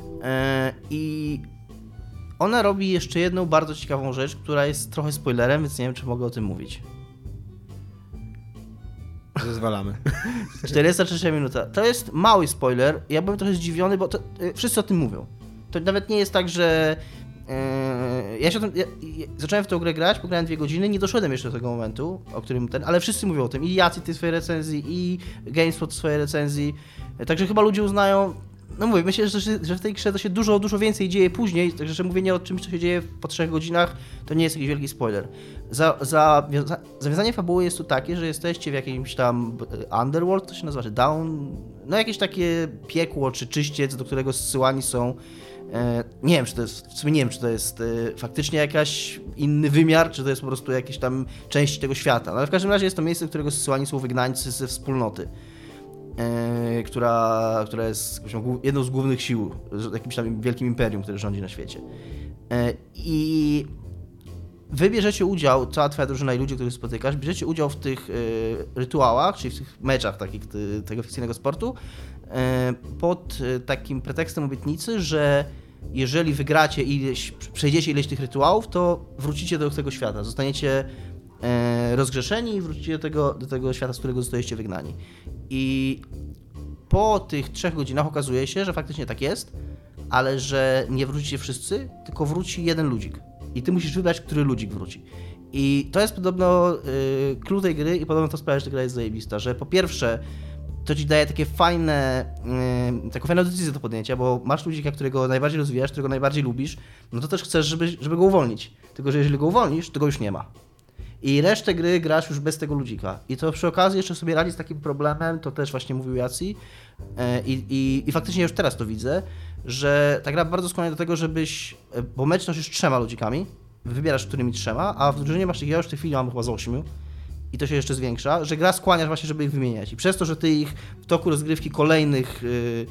Speaker 3: I ona robi jeszcze jedną bardzo ciekawą rzecz, która jest trochę spoilerem, więc nie wiem, czy mogę o tym mówić.
Speaker 2: Zezwalamy.
Speaker 3: 43 minuta. To jest mały spoiler. Ja byłem trochę zdziwiony, bo wszyscy o tym mówią. To nawet nie jest tak, że... Ja zacząłem w tę grę grać, pograłem 2 godziny, nie doszedłem jeszcze do tego momentu, o którym ale wszyscy mówią o tym, i Jacek w swojej recenzji, i GameSpot w swojej recenzji, także chyba ludzie uznają, no mówię, myślę, że w tej grze to się dużo więcej dzieje później, także że mówienie o czymś, co się dzieje po 3 godzinach, to nie jest jakiś wielki spoiler. Zawiązanie fabuły jest tu takie, że jesteście w jakimś tam Underworld, to się nazywa, czy Down, no jakieś takie piekło, czy czyściec, do którego zsyłani są. Nie wiem, czy to jest, w sumie nie wiem, czy to jest faktycznie jakiś inny wymiar, czy to jest po prostu jakieś tam część tego świata. No, ale w każdym razie jest to miejsce, do którego zsyłani są wygnańcy ze wspólnoty, która jest jedną z głównych sił, jakimś tam wielkim imperium, które rządzi na świecie. I wy bierzecie udział, cała twoja drużyna i ludzie, których spotykasz, bierzecie udział w tych rytuałach, czyli w tych meczach takich tego fikcyjnego sportu, pod takim pretekstem obietnicy, że jeżeli wygracie przejdziecie ileś tych rytuałów, to wrócicie do tego świata, zostaniecie rozgrzeszeni i wrócicie do tego świata, z którego zostajecie wygnani. I po tych 3 godzinach okazuje się, że faktycznie tak jest, ale że nie wrócicie wszyscy, tylko wróci jeden ludzik. I ty musisz wybrać, który ludzik wróci. I to jest podobno clue tej gry i podobno to sprawia, że ta gra jest zajebista, że po pierwsze to ci daje takie taką fajną decyzję do podjęcia, bo masz ludzika, którego najbardziej rozwijasz, którego najbardziej lubisz, no to też chcesz, żeby go uwolnić. Tylko że jeżeli go uwolnisz, to go już nie ma. I resztę gry grasz już bez tego ludzika. I to przy okazji jeszcze sobie radzi z takim problemem, to też właśnie mówił Jacy. I faktycznie już teraz to widzę, że ta gra bardzo skłania do tego, żebyś, bo mecz nosisz 3 ludzikami, wybierasz którymi 3, a w drużynie masz ich, ja już w tej chwili mam chyba z 8 i to się jeszcze zwiększa, że gra skłaniasz właśnie, żeby ich wymieniać. I przez to, że ty ich w toku rozgrywki kolejnych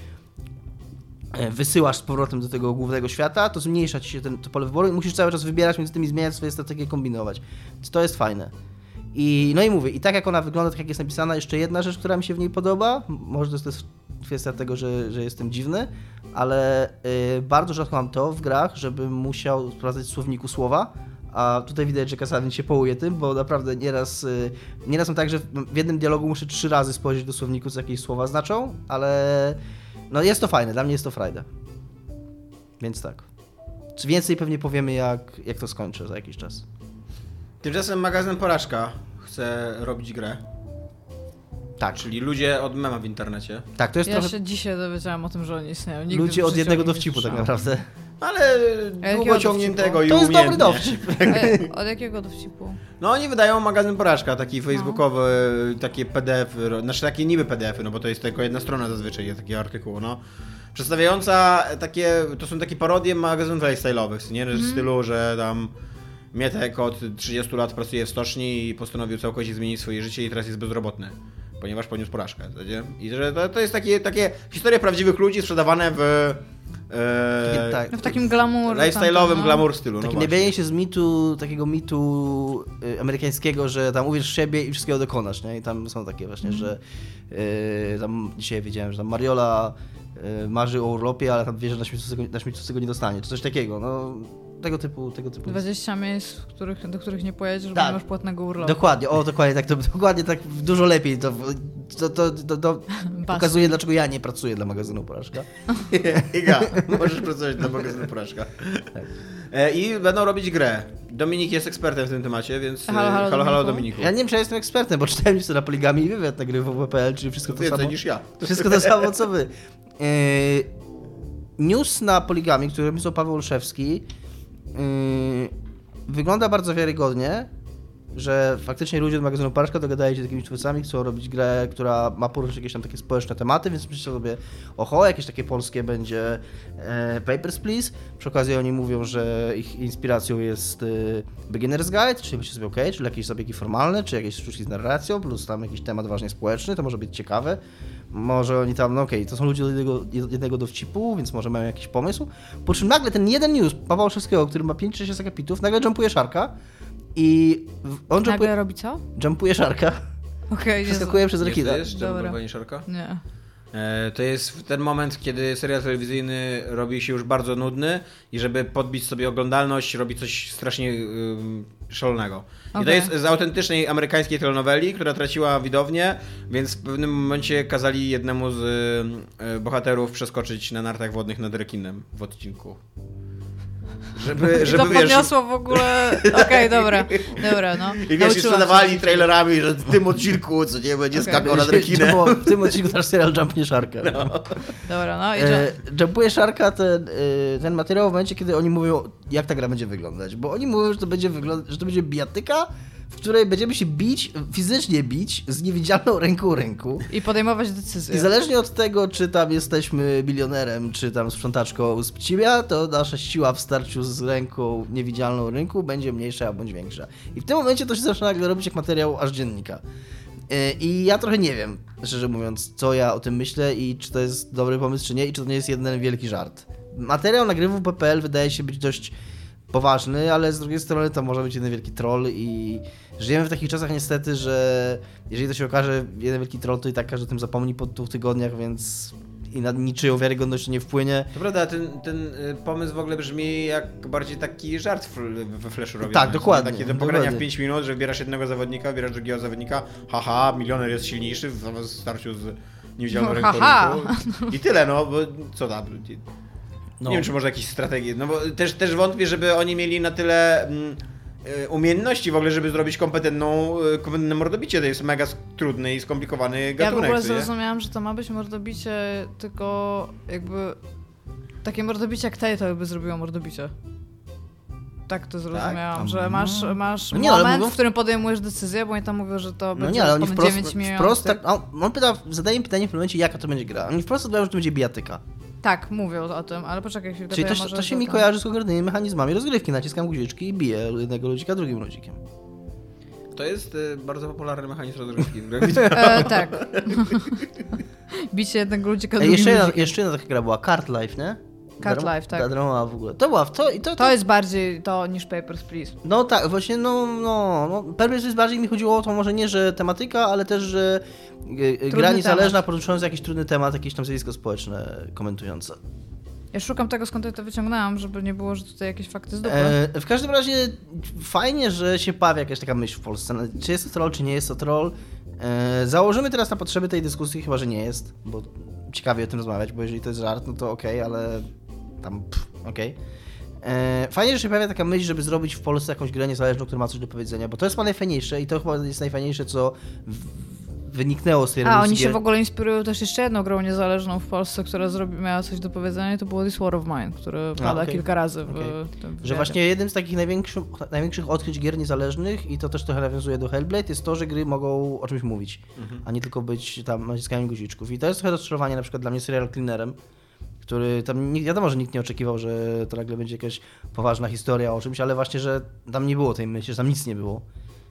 Speaker 3: wysyłasz z powrotem do tego głównego świata, to zmniejsza ci się to pole wyboru i musisz cały czas wybierać między tymi, zmieniać swoje strategie, kombinować. Więc to jest fajne. No i mówię, i tak jak ona wygląda, tak jak jest napisana, jeszcze jedna rzecz, która mi się w niej podoba, może to jest kwestia tego, że jestem dziwny, ale bardzo rzadko mam to w grach, żebym musiał sprawdzać w słowniku słowa, a tutaj widać, że Kasadin się połuje tym, bo naprawdę nieraz są tak, że w jednym dialogu muszę 3 razy spojrzeć do słowniku, co jakieś słowa znaczą, ale no jest to fajne, dla mnie jest to frajda. Więc tak. Czy więcej pewnie powiemy, jak to skończę za jakiś czas.
Speaker 2: Tymczasem magazyn Porażka chce robić grę.
Speaker 3: Tak.
Speaker 2: Czyli ludzie od mema w internecie.
Speaker 3: Tak, to jest
Speaker 4: Ja
Speaker 3: trochę...
Speaker 4: się dzisiaj dowiedziałam o tym, że oni istnieją. Nigdy
Speaker 3: Ludzie
Speaker 4: w
Speaker 3: od
Speaker 4: życiu
Speaker 3: jednego
Speaker 4: o nich nie
Speaker 3: dowcipu tak
Speaker 4: słyszałam.
Speaker 3: naprawdę.
Speaker 2: Ale długo ciągniętego i
Speaker 3: To jest
Speaker 2: umiejętnie.
Speaker 3: dobry dowcip.
Speaker 4: Od jakiego dowcipu?
Speaker 2: No oni wydają magazyn Porażka, taki facebookowy, takie PDF-y, znaczy takie niby PDF-y, no bo to jest tylko jedna strona zazwyczaj, jest taki artykuł, no. Przedstawiająca to są takie parodie magazynów lifestyle'owych, nie? W stylu, że tam Mietek od 30 lat pracuje w stoczni i postanowił całkowicie zmienić swoje życie i teraz jest bezrobotny, ponieważ poniósł porażkę, wiecie? I że to jest takie historie prawdziwych ludzi sprzedawane w
Speaker 3: Tak.
Speaker 4: No w takim glamour.
Speaker 2: lifestyle'owym glamour stylu.
Speaker 3: Takie
Speaker 2: no
Speaker 3: nabienie się z takiego mitu amerykańskiego, że tam uwierz w siebie i wszystkiego dokonasz, nie? I tam są takie właśnie, że tam dzisiaj wiedziałem, że tam Mariola marzy o urlopie, ale tam wie, że na śmierć tego nie dostanie, czy coś takiego, no tego typu.
Speaker 4: 20 miejsc, do których nie pojedziesz,
Speaker 3: Tak.
Speaker 4: bo nie masz płatnego urlopu.
Speaker 3: Dokładnie tak, dokładnie tak dużo lepiej to pokazuje, dlaczego ja nie pracuję dla magazynu Porażka.
Speaker 2: Iga, możesz pracować dla magazynu Porażka.
Speaker 3: Tak.
Speaker 2: I będą robić grę. Dominik jest ekspertem w tym temacie, więc
Speaker 4: Halo,
Speaker 2: Dominiku.
Speaker 3: Ja nie wiem, czy ja jestem ekspertem, bo czytałem jeszcze na Poligami i wywiad nagrywał WPL, czyli wszystko to
Speaker 2: Więcej
Speaker 3: samo.
Speaker 2: niż ja.
Speaker 3: Wszystko to samo, co wy. News na Poligami, który pisał Paweł Olszewski, wygląda bardzo wiarygodnie, że faktycznie ludzie od magazynu Porażka dogadają się z takimi twórcami, chcą robić grę, która ma poruszyć jakieś tam takie społeczne tematy, więc myślę sobie, jakieś takie polskie będzie Papers, Please. Przy okazji oni mówią, że ich inspiracją jest Beginner's Guide, czyli myślę sobie czyli jakieś zabiegi formalne, czy jakieś sztuczki z narracją, plus tam jakiś temat ważnie społeczny, to może być ciekawe. Może oni tam, to są ludzie do jednego dowcipu, więc może mają jakiś pomysł. Po czym nagle ten jeden news Pawła Olszewskiego, który ma 5 czy 6 akapitów, nagle jumpuje szarka i on
Speaker 4: Nagle robi co?
Speaker 3: jumpuje szarka.
Speaker 4: Okej,
Speaker 3: Przeskakuje przez
Speaker 2: Wiesz,
Speaker 3: rekina.
Speaker 2: to jest
Speaker 4: Dobra.
Speaker 2: jumpowanie szarka?
Speaker 4: Nie.
Speaker 2: To jest ten moment, kiedy serial telewizyjny robi się już bardzo nudny i żeby podbić sobie oglądalność, robi coś strasznie szalonego. I to
Speaker 4: Okej.
Speaker 2: jest z autentycznej amerykańskiej telenoweli, która traciła widownię, więc w pewnym momencie kazali jednemu z bohaterów przeskoczyć na nartach wodnych nad rekinem w odcinku. Żeby
Speaker 4: to
Speaker 2: wiesz,
Speaker 4: podniosło w ogóle... Okej, dobra, no.
Speaker 2: i wiesz, i
Speaker 4: Nauczyłam
Speaker 2: sprzedawali
Speaker 4: się.
Speaker 2: trailerami, że w tym odcinku, co nie, będzie
Speaker 4: Okej.
Speaker 2: skakał nad rekinem.
Speaker 3: W tym odcinku nasz serial jumpnie szarka.
Speaker 4: Dobra, no i
Speaker 3: Jumpuje szarka ten materiał w momencie, kiedy oni mówią, jak ta gra będzie wyglądać. Bo oni mówią, że to będzie bijatyka, w której będziemy się fizycznie bić z niewidzialną ręką ręku.
Speaker 4: I podejmować decyzje.
Speaker 3: I zależnie od tego, czy tam jesteśmy milionerem, czy tam sprzątaczką z Pcimia, to nasza siła w starciu z ręką niewidzialną rynku będzie mniejsza bądź większa. I w tym momencie to się zaczyna nagle robić jak materiał aż dziennika. I ja trochę nie wiem, szczerze mówiąc, co ja o tym myślę i czy to jest dobry pomysł, czy nie, i czy to nie jest jeden wielki żart. Materiał nagrywów PPL wydaje się być dość poważny, ale z drugiej strony to może być jeden wielki troll i żyjemy w takich czasach niestety, że jeżeli to się okaże jeden wielki troll, to i tak każdy o tym zapomni po 2 tygodniach, więc i na niczyją wiarygodność nie wpłynie.
Speaker 2: To prawda, ten pomysł w ogóle brzmi jak bardziej taki żart we Flashu robiony.
Speaker 3: Tak, dokładnie.
Speaker 2: Takie do pogrania
Speaker 3: dokładnie.
Speaker 2: w 5 minut, że wybierasz jednego zawodnika, wybierasz drugiego zawodnika, haha, milioner jest silniejszy w starciu z niewidzialną ręką rynku. I tyle, no, bo co tam?
Speaker 3: No.
Speaker 2: Nie wiem, czy może jakieś strategie, no bo też wątpię, żeby oni mieli na tyle umiejętności w ogóle, żeby zrobić kompetentne mordobicie. To jest mega trudny i skomplikowany
Speaker 4: Ja w
Speaker 2: gatunek.
Speaker 4: ogóle zrozumiałam, że to ma być mordobicie, tylko jakby takie mordobicie jak Taito by zrobiło mordobicie. Tak to zrozumiałam, że masz
Speaker 3: No nie, ale
Speaker 4: moment,
Speaker 3: mówią-
Speaker 4: w którym podejmujesz decyzję, bo oni tam mówią, że to
Speaker 3: No
Speaker 4: będzie
Speaker 3: nie, ale oni
Speaker 4: ponad
Speaker 3: wprost,
Speaker 4: 9 milionów.
Speaker 3: wprost tak, on pyta, zadaje mi pytanie w pewnym momencie, jaka to będzie gra. Oni wprost odpowiadają, że to będzie bijatyka.
Speaker 4: Tak, mówią o tym, ale poczekaj chwilę.
Speaker 3: Czyli
Speaker 4: może
Speaker 3: to się mi kojarzy z konkretnymi mechanizmami rozgrywki. Naciskam guziczki i biję jednego ludzika drugim ludzikiem.
Speaker 2: To jest bardzo popularny mechanizm rozgrywki.
Speaker 4: Tak. Bicie jednego ludzika drugim
Speaker 3: Jeszcze jedna taka gra była, Card Life, nie?
Speaker 4: Card Life, tak.
Speaker 3: Darmowa w ogóle. To była
Speaker 4: To jest bardziej to niż Papers, Please.
Speaker 3: No tak, właśnie, Papers, Please bardziej mi chodziło o to może nie, że tematyka, ale też, że gra niezależna, poruszająca jakiś trudny temat, jakieś tam zjawisko społeczne komentujące.
Speaker 4: Ja szukam tego, skąd ja to wyciągnęłam, żeby nie było, że tutaj jakieś fakty z dupy.
Speaker 3: W każdym razie fajnie, że się pojawia jakaś taka myśl w Polsce. Czy jest to troll, czy nie jest to troll? Założymy teraz na potrzeby tej dyskusji, chyba że nie jest, bo ciekawie o tym rozmawiać, bo jeżeli to jest żart, no to okej, ale tam okej. Fajnie, że się pojawia taka myśl, żeby zrobić w Polsce jakąś grę niezależną, która ma coś do powiedzenia, bo to jest chyba najfajniejsze i to chyba jest najfajniejsze, co wyniknęło z tej
Speaker 4: A,
Speaker 3: rewolucji
Speaker 4: oni się
Speaker 3: gier.
Speaker 4: w ogóle inspirują też jeszcze jedną grą niezależną w Polsce, która miała coś do powiedzenia i to było This War of Mine, które pada kilka razy w tym
Speaker 3: Że właśnie jednym z takich największych odkryć gier niezależnych i to też trochę nawiązuje do Hellblade jest to, że gry mogą o czymś mówić, a nie tylko być tam naciskaniem guziczków. I to jest trochę rozczarowanie na przykład dla mnie serial Cleanerem, który tam, wiadomo, że nikt nie oczekiwał, że to nagle będzie jakaś poważna historia o czymś, ale właśnie, że tam nie było tej myśli, że tam nic nie było.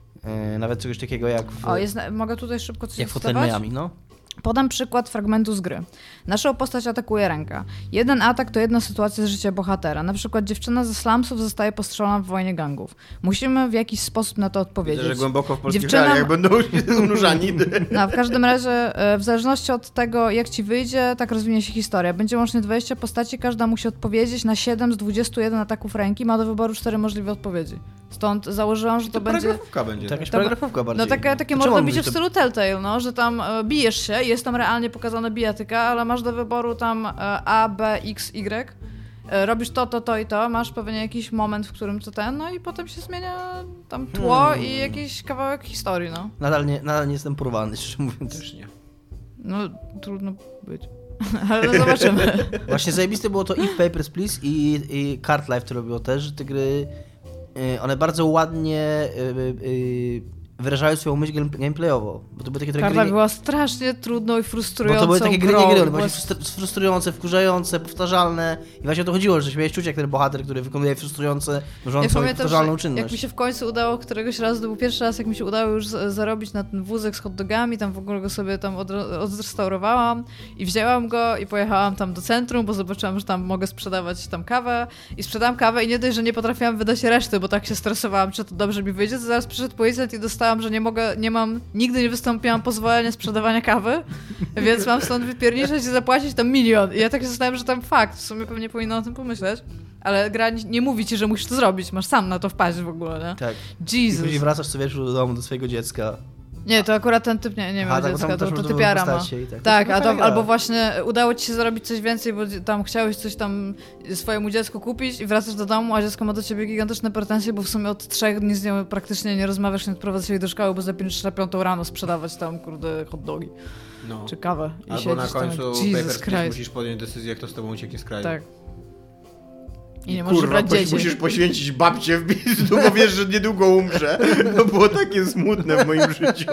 Speaker 3: Nawet czegoś takiego jak
Speaker 4: mogę tutaj szybko coś
Speaker 3: jak w Hotel
Speaker 4: cytować?
Speaker 3: Miami, no.
Speaker 4: Podam przykład fragmentu z gry. Naszą postać atakuje ręka. Jeden atak to jedna sytuacja z życia bohatera. Na przykład dziewczyna ze slumsów zostaje postrzelona w wojnie gangów. Musimy w jakiś sposób na to odpowiedzieć.
Speaker 2: Widzę, że głęboko w polskich realiach będą unurzani.
Speaker 4: No, w każdym razie, w zależności od tego, jak ci wyjdzie, tak rozwinie się historia. Będzie łącznie 20 postaci, każda musi odpowiedzieć na 7 z 21 ataków ręki. Ma do wyboru 4 możliwe odpowiedzi. Stąd założyłam, że to będzie...
Speaker 2: Paragrafówka będzie.
Speaker 3: To jakaś paragrafówka bardziej.
Speaker 4: No takie mordobicie w stylu Telltale, no, że tam bijesz się, jest tam realnie pokazana bijatyka, ale masz do wyboru tam A, B, X, Y. Robisz to i to, masz pewnie jakiś moment, w którym no i potem się zmienia tam tło i jakiś kawałek historii, no.
Speaker 3: Nadal nie jestem porwany, szczerze mówiąc.
Speaker 2: Też nie.
Speaker 4: No, trudno być. Ale no zobaczymy.
Speaker 3: Właśnie zajebiste było to i w Papers, Please i Card Life to robiło też, że te gry, one bardzo ładnie wyrażają swoją myśl gameplayowo. Bo to były takie
Speaker 4: Karta była strasznie trudną i frustrującą
Speaker 3: Bo to były takie gry,
Speaker 4: grą.
Speaker 3: nie gry, one były frustrujące, wkurzające, powtarzalne i właśnie o to chodziło, że się miałeś czuć jak ten bohater, który wykonuje frustrujące, nużącą i powtarzalną czynność.
Speaker 4: Jak mi się w końcu udało któregoś razu, to był pierwszy raz, jak mi się udało już zarobić na ten wózek z hot dogami, tam w ogóle go sobie tam odrestaurowałam i wzięłam go i pojechałam tam do centrum, bo zobaczyłam, że tam mogę sprzedawać tam kawę i sprzedałam kawę i nie dość, że nie potrafiłam wydać reszty, bo tak się stresowałam, czy to dobrze mi wyjdzie, to zaraz przyszedł policjant i dostałam, że nigdy nie wystąpiłam pozwolenia sprzedawania kawy, więc mam stąd wypierniczać i zapłacić tam 1 000 000. I ja tak się zastanawiam, że tam fakt, w sumie pewnie powinno o tym pomyśleć, ale gra nie mówi ci, że musisz to zrobić, masz sam na to wpaść w ogóle, nie?
Speaker 3: Tak.
Speaker 4: Jesus.
Speaker 3: I później wracasz co wieczór do domu, do swojego dziecka.
Speaker 4: Nie, to akurat ten typ nie miał dziecka, to typiara ma.
Speaker 3: Tak,
Speaker 4: albo właśnie udało ci się zarobić coś więcej, bo tam chciałeś coś tam swojemu dziecku kupić i wracasz do domu, a dziecko ma do ciebie gigantyczne pretensje, bo w sumie od 3 dni z nią praktycznie nie rozmawiasz, nie odprowadzasz jej do szkoły, bo zapięć na 5 rano sprzedawać tam, kurde, hot dogi.
Speaker 2: No.
Speaker 4: Czy kawę. I
Speaker 2: albo na końcu
Speaker 4: Papers, Please
Speaker 2: musisz podjąć decyzję, kto z tobą ucieknie z kraju.
Speaker 4: Tak. I nie możesz brać dzieci.
Speaker 2: Musisz poświęcić babcię w pizdu, bo wiesz, że niedługo umrze. To było takie smutne w moim życiu.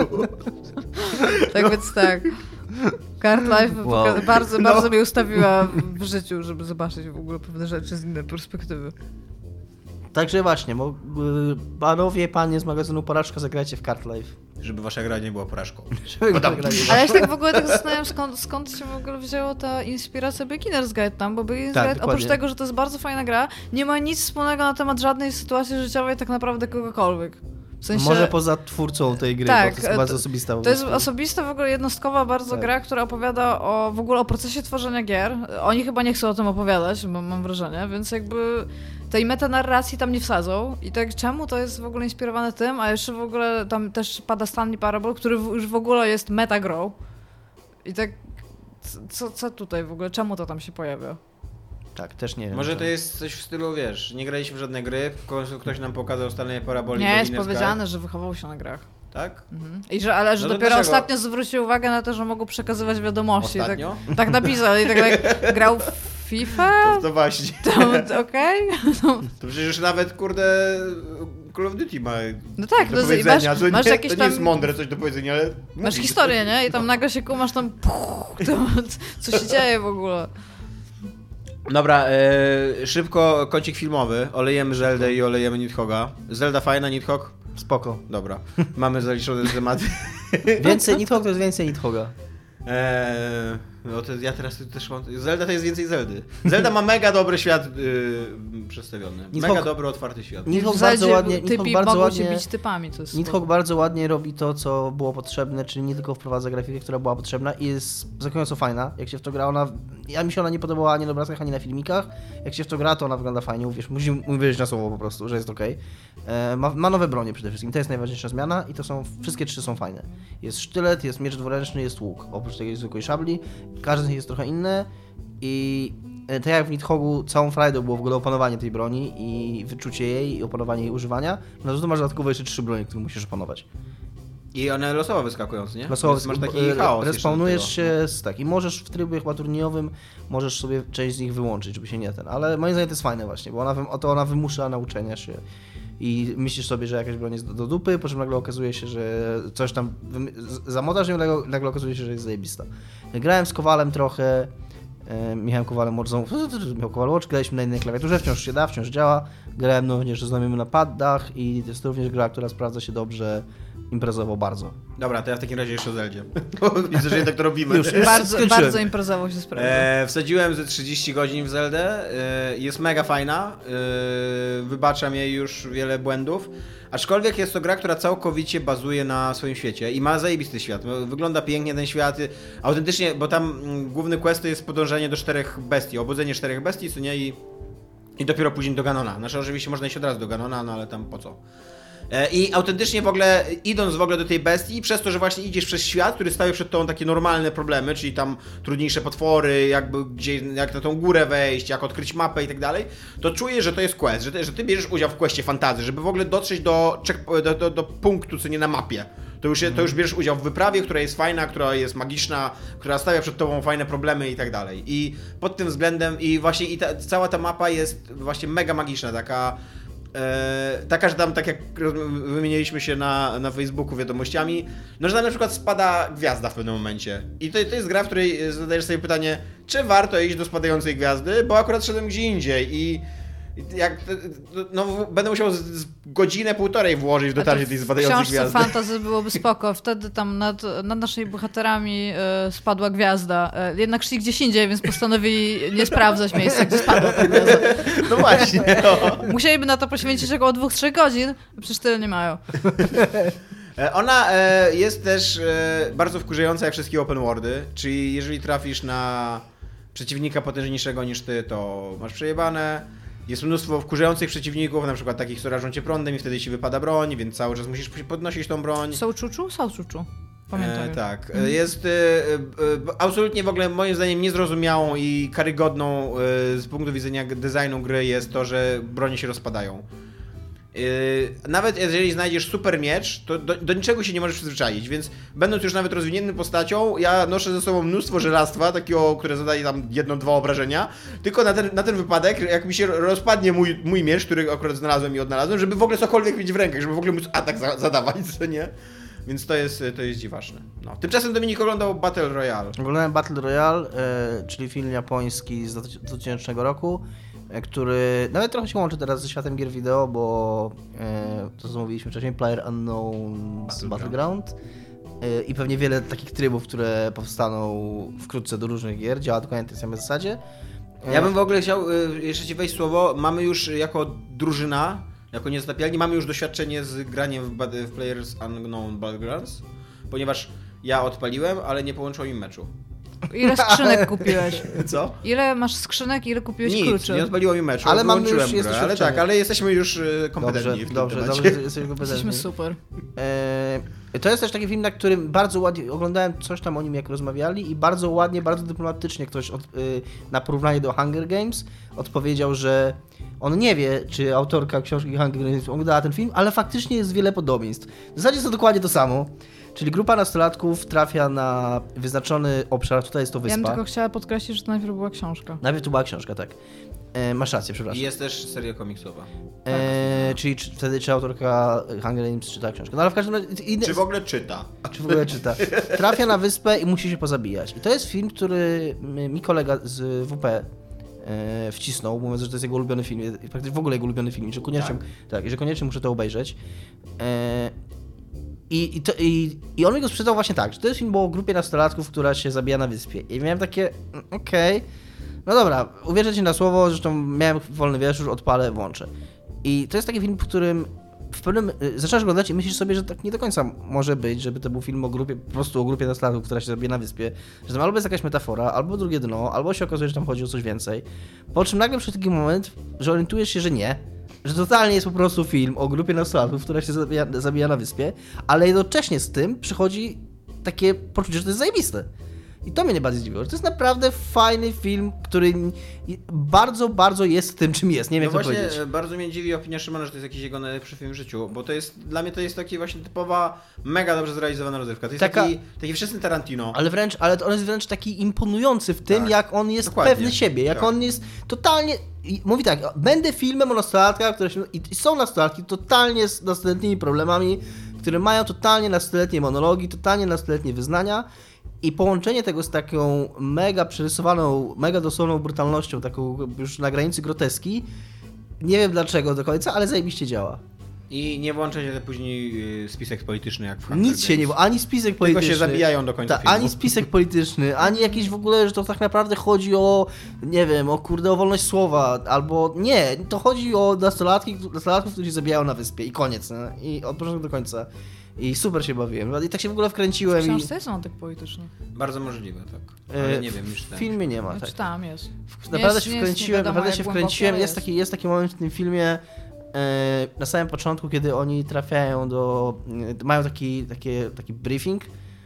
Speaker 4: Tak więc tak. Card Life bardzo mnie ustawiła w życiu, żeby zobaczyć w ogóle pewne rzeczy z innej perspektywy.
Speaker 3: Także właśnie, panowie, panie z magazynu Porażka, zagrajcie w Card Life.
Speaker 2: Żeby wasza gra nie była porażką.
Speaker 4: Ale ja się tak w ogóle tak zastanawiam, skąd się w ogóle wzięła ta inspiracja Beginner's Guide tam, bo Beginner's Guide, oprócz tego, że to jest bardzo fajna gra, nie ma nic wspólnego na temat żadnej sytuacji życiowej tak naprawdę kogokolwiek. W sensie,
Speaker 3: Może poza twórcą tej gry,
Speaker 4: tak,
Speaker 3: bo to jest bardzo osobista.
Speaker 4: To jest osobista w ogóle jednostkowa bardzo gra, która opowiada w ogóle o procesie tworzenia gier. Oni chyba nie chcą o tym opowiadać, mam wrażenie, więc jakby tej metanarracji tam nie wsadzą. I tak czemu to jest w ogóle inspirowane tym, a jeszcze w ogóle tam też pada Stanley Parable, który już w ogóle jest metagrą. I tak co tutaj w ogóle, czemu to tam się pojawia?
Speaker 3: Tak, też nie wiem.
Speaker 2: Może to jest coś w stylu, wiesz, nie graliśmy w żadne gry, w końcu ktoś nam pokazał Stanley Paraboli.
Speaker 4: Nie, jest powiedziane, że wychował się na grach.
Speaker 2: Tak?
Speaker 4: Mhm. Ale że
Speaker 2: No to
Speaker 4: dopiero
Speaker 2: dlaczego?
Speaker 4: ostatnio zwrócił uwagę na to, że mogą przekazywać wiadomości.
Speaker 2: Ostatnio?
Speaker 4: Tak napisał i tak jak grał w FIFA?
Speaker 2: To właśnie.
Speaker 4: To okej?
Speaker 2: To przecież już nawet, kurde, Call of Duty ma
Speaker 4: No tak,
Speaker 2: do
Speaker 4: no
Speaker 2: powiedzenia.
Speaker 4: masz
Speaker 2: to
Speaker 4: jakieś
Speaker 2: nie
Speaker 4: tam...
Speaker 2: jest mądre coś do powiedzenia, ale...
Speaker 4: Masz
Speaker 2: mówi.
Speaker 4: historię, nie? I tam nagle się kumasz tam... Co się dzieje w ogóle?
Speaker 2: Dobra, szybko kącik filmowy. Olejemy Zeldę i olejemy Nidhoga. Zelda fajna, Nidhogg?
Speaker 3: Spoko.
Speaker 2: Dobra, mamy zaliczone tematy.
Speaker 3: Więcej Nidhogg to jest więcej Nidhogga.
Speaker 2: No to ja teraz też mam... Zelda to jest więcej Zeldy. Zelda ma mega dobry świat przedstawiony. Mega dobry, otwarty świat.
Speaker 3: Nidhogg bardzo ładnie...
Speaker 4: Typi mogą się bić typami. To jest
Speaker 3: Nidhogg bardzo ładnie robi to, co było potrzebne, czyli nie tylko wprowadza grafikę, która była potrzebna i jest zaskakująco fajna. Jak się w to gra, mi się ona nie podobała ani na obrazkach, ani na filmikach. Jak się w to gra, to ona wygląda fajnie, wiesz, musimy wierzyć na słowo po prostu, że jest okej. Ma nowe bronie przede wszystkim, to jest najważniejsza zmiana i to są, wszystkie trzy są fajne. Jest sztylet, jest miecz dwuręczny, jest łuk. Oprócz tej zwykłej szabli, każdy z nich jest trochę inny i tak jak w Nidhoggu całą frajdą było w ogóle opanowanie tej broni i wyczucie jej i opanowanie jej używania, no to tu masz dodatkowo jeszcze 3 bronie, które musisz opanować.
Speaker 2: I one losowo wyskakują, nie?
Speaker 3: Losowo
Speaker 2: Więc masz taki chaos.
Speaker 3: respawnujesz się i możesz w trybie chyba turniejowym, możesz sobie część z nich wyłączyć, żeby się nie ale moim zdaniem to jest fajne właśnie, bo ona wymusza nauczenia się i myślisz sobie, że jakaś broń jest do dupy, po czym nagle okazuje się, że coś tam zamotasz i nagle okazuje się, że jest zajebista. Grałem z Kowalem trochę, Michałem Kowalem miał Kowal Watch, graliśmy na innej klawiaturze, wciąż się da, wciąż działa. Grałem również z znajomymi na paddach i to jest również gra, która sprawdza się dobrze imprezowo bardzo.
Speaker 2: Dobra, to ja w takim razie jeszcze o Zeldzie. Widzę, że jednak to robimy.
Speaker 3: Już
Speaker 4: bardzo imprezowo się sprawdza.
Speaker 2: Wsadziłem ze 30 godzin w Zeldę. Jest mega fajna. Wybaczam jej już wiele błędów. Aczkolwiek jest to gra, która całkowicie bazuje na swoim świecie i ma zajebisty świat. Wygląda pięknie ten świat. Autentycznie, bo tam główny quest to jest podążanie do 4 bestii, obudzenie 4 bestii, co nie? I dopiero później do Ganona. Znaczy oczywiście można iść od razu do Ganona, no ale tam po co? I autentycznie w ogóle, idąc w ogóle do tej bestii, przez to, że właśnie idziesz przez świat, który stawia przed tobą takie normalne problemy, czyli tam trudniejsze potwory, jak na tą górę wejść, jak odkryć mapę i tak dalej, to czujesz, że to jest quest, że ty bierzesz udział w questie fantasy, żeby w ogóle dotrzeć do punktu, co nie na mapie. To już bierzesz udział w wyprawie, która jest fajna, która jest magiczna, która stawia przed tobą fajne problemy i tak dalej. I pod tym względem, i właśnie cała ta mapa jest właśnie mega magiczna, taka, że tam, tak jak wymieniliśmy się na Facebooku wiadomościami, no że tam na przykład spada gwiazda w pewnym momencie. I to jest gra, w której zadajesz sobie pytanie, czy warto iść do spadającej gwiazdy, bo akurat szedłem gdzie indziej i będę musiał godzinę, półtorej włożyć w dotarcie tej spadającej gwiazdy.
Speaker 4: W książce fantasy byłoby spoko, wtedy tam nad naszymi bohaterami spadła gwiazda. Jednak szli gdzieś indziej, więc postanowili nie sprawdzać miejsca, gdzie spadła ta gwiazda.
Speaker 2: No właśnie. No.
Speaker 4: Musieliby na to poświęcić około 2-3 godzin, przecież tyle nie mają.
Speaker 2: Ona jest też bardzo wkurzająca jak wszystkie open worldy, czyli jeżeli trafisz na przeciwnika potężniejszego niż ty, to masz przejebane. Jest mnóstwo wkurzających przeciwników, na przykład takich, co rażą cię prądem i wtedy ci wypada broń, więc cały czas musisz podnosić tą broń.
Speaker 4: Są czuczu? Pamiętam.
Speaker 2: Tak. Jest absolutnie w ogóle moim zdaniem niezrozumiałą i karygodną z punktu widzenia designu gry jest to, że bronie się rozpadają. Nawet jeżeli znajdziesz super miecz, to do niczego się nie możesz przyzwyczaić, więc będąc już nawet rozwiniętą postacią, ja noszę ze sobą mnóstwo żelastwa, takiego, które zadaje tam 1-2 obrażenia, tylko na ten wypadek, jak mi się rozpadnie mój miecz, który akurat znalazłem i odnalazłem, żeby w ogóle cokolwiek mieć w rękach, żeby w ogóle móc atak zadawać, co nie? Więc to jest dziwaczne. No. Tymczasem Dominik oglądał Battle Royale.
Speaker 3: Oglądałem Battle Royale, czyli film japoński z 2000 roku, który nawet trochę się łączy teraz ze światem gier wideo, bo to co mówiliśmy wcześniej, PlayerUnknown's Battleground i pewnie wiele takich trybów, które powstaną wkrótce do różnych gier, działa dokładnie na tej samej zasadzie.
Speaker 2: Ja bym w ogóle chciał jeszcze ci wejść słowo, mamy już jako drużyna, jako niezatapialni. Mamy już doświadczenie z graniem w Players Unknown Battlegrounds, ponieważ ja odpaliłem, ale nie połączyło mi meczu.
Speaker 4: Ile skrzynek kupiłeś?
Speaker 2: Co?
Speaker 4: Ile masz skrzynek, ile kupiłeś
Speaker 2: Nic,
Speaker 4: kluczy?
Speaker 2: nie odpaliło mi meczu,
Speaker 3: Ale mamy
Speaker 2: wyłączyłem
Speaker 3: już,
Speaker 2: grę, ale tak, ale jesteśmy już kompetentni w tym
Speaker 3: dobrze,
Speaker 2: temacie.
Speaker 3: jesteśmy kompetentni.
Speaker 4: Jesteśmy super.
Speaker 3: To jest też taki film, na którym bardzo ładnie, oglądałem coś tam o nim jak rozmawiali i bardzo ładnie, bardzo dyplomatycznie ktoś na porównanie do Hunger Games odpowiedział, że on nie wie, czy autorka książki Hunger Games oglądała ten film, ale faktycznie jest wiele podobieństw. W zasadzie jest to dokładnie to samo. Czyli grupa nastolatków trafia na wyznaczony obszar, tutaj jest to wyspa.
Speaker 4: Ja bym tylko chciała podkreślić, że to najpierw była książka.
Speaker 3: Najpierw to była książka, tak. Masz rację, przepraszam.
Speaker 2: I jest też seria komiksowa.
Speaker 3: Czyli wtedy czy autorka Hunger Games czyta książkę. No ale w każdym razie...
Speaker 2: Czy w ogóle czyta?
Speaker 3: Czy w ogóle czyta. Trafia na wyspę i musi się pozabijać. I to jest film, który mi kolega z WP wcisnął, mówiąc, że to jest jego ulubiony film, praktycznie w ogóle jego ulubiony film, że koniecznie, że koniecznie muszę to obejrzeć. I on mi go sprzedał właśnie tak, że to jest film o grupie nastolatków, która się zabija na wyspie. I miałem takie, okej, no dobra, uwierzę ci na słowo, zresztą miałem wolny wieczór, odpalę, włączę. I to jest taki film, w którym w pewnym zaczynasz oglądać i myślisz sobie, że tak nie do końca może być, żeby to był film o grupie, po prostu o grupie nastolatków, która się zabija na wyspie, że tam albo jest jakaś metafora, albo drugie dno, albo się okazuje, że tam chodzi o coś więcej. Po czym nagle przychodzi taki moment, że orientujesz się, że nie, że totalnie jest po prostu film o grupie nastolatków, która się zabija na wyspie, ale jednocześnie z tym przychodzi takie poczucie, że to jest zajebiste. I to mnie najbardziej zdziwiło, że to jest naprawdę fajny film, który bardzo, bardzo jest tym, czym jest. Nie wiem, jak to powiedzieć.
Speaker 2: Bardzo mnie dziwi opinia Szymona, że to jest jakiś jego najlepszy film w życiu, bo to jest, dla mnie to jest taki właśnie typowa, mega dobrze zrealizowana rozrywka. To jest taki wczesny Tarantino.
Speaker 3: Ale on jest wręcz taki imponujący w tym, jak on jest pewny siebie, jak on jest totalnie... Mówi tak, będę filmem o nastolatkach, które się, i są nastolatki totalnie z nastoletnimi problemami, które mają totalnie nastoletnie monologi, totalnie nastoletnie wyznania. I połączenie tego z taką mega przerysowaną, mega dosłowną brutalnością, taką już na granicy groteski, nie wiem dlaczego do końca, ale zajebiście działa.
Speaker 2: I nie włącza się później spisek polityczny jak w Hunger
Speaker 3: Nic
Speaker 2: Games.
Speaker 3: się nie było, ani spisek polityczny.
Speaker 2: Tylko się zabijają do końca filmu.
Speaker 3: Ani spisek polityczny, ani jakiś w ogóle, że to tak naprawdę chodzi o, nie wiem, o wolność słowa, albo nie, to chodzi o nastolatków, którzy się zabijają na wyspie i koniec, nie? I od początku do końca. I super się bawiłem. I tak się w ogóle wkręciłem.
Speaker 4: W książce jest wątek polityczny.
Speaker 2: Bardzo możliwe, tak. Ale nie wiem, już
Speaker 3: w filmie nie ma.
Speaker 4: Ja
Speaker 3: tak.
Speaker 4: czytałam, jest.
Speaker 3: Naprawdę się wkręciłem,
Speaker 4: głębokie,
Speaker 3: jest taki moment w tym filmie, na samym początku, kiedy oni trafiają mają taki briefing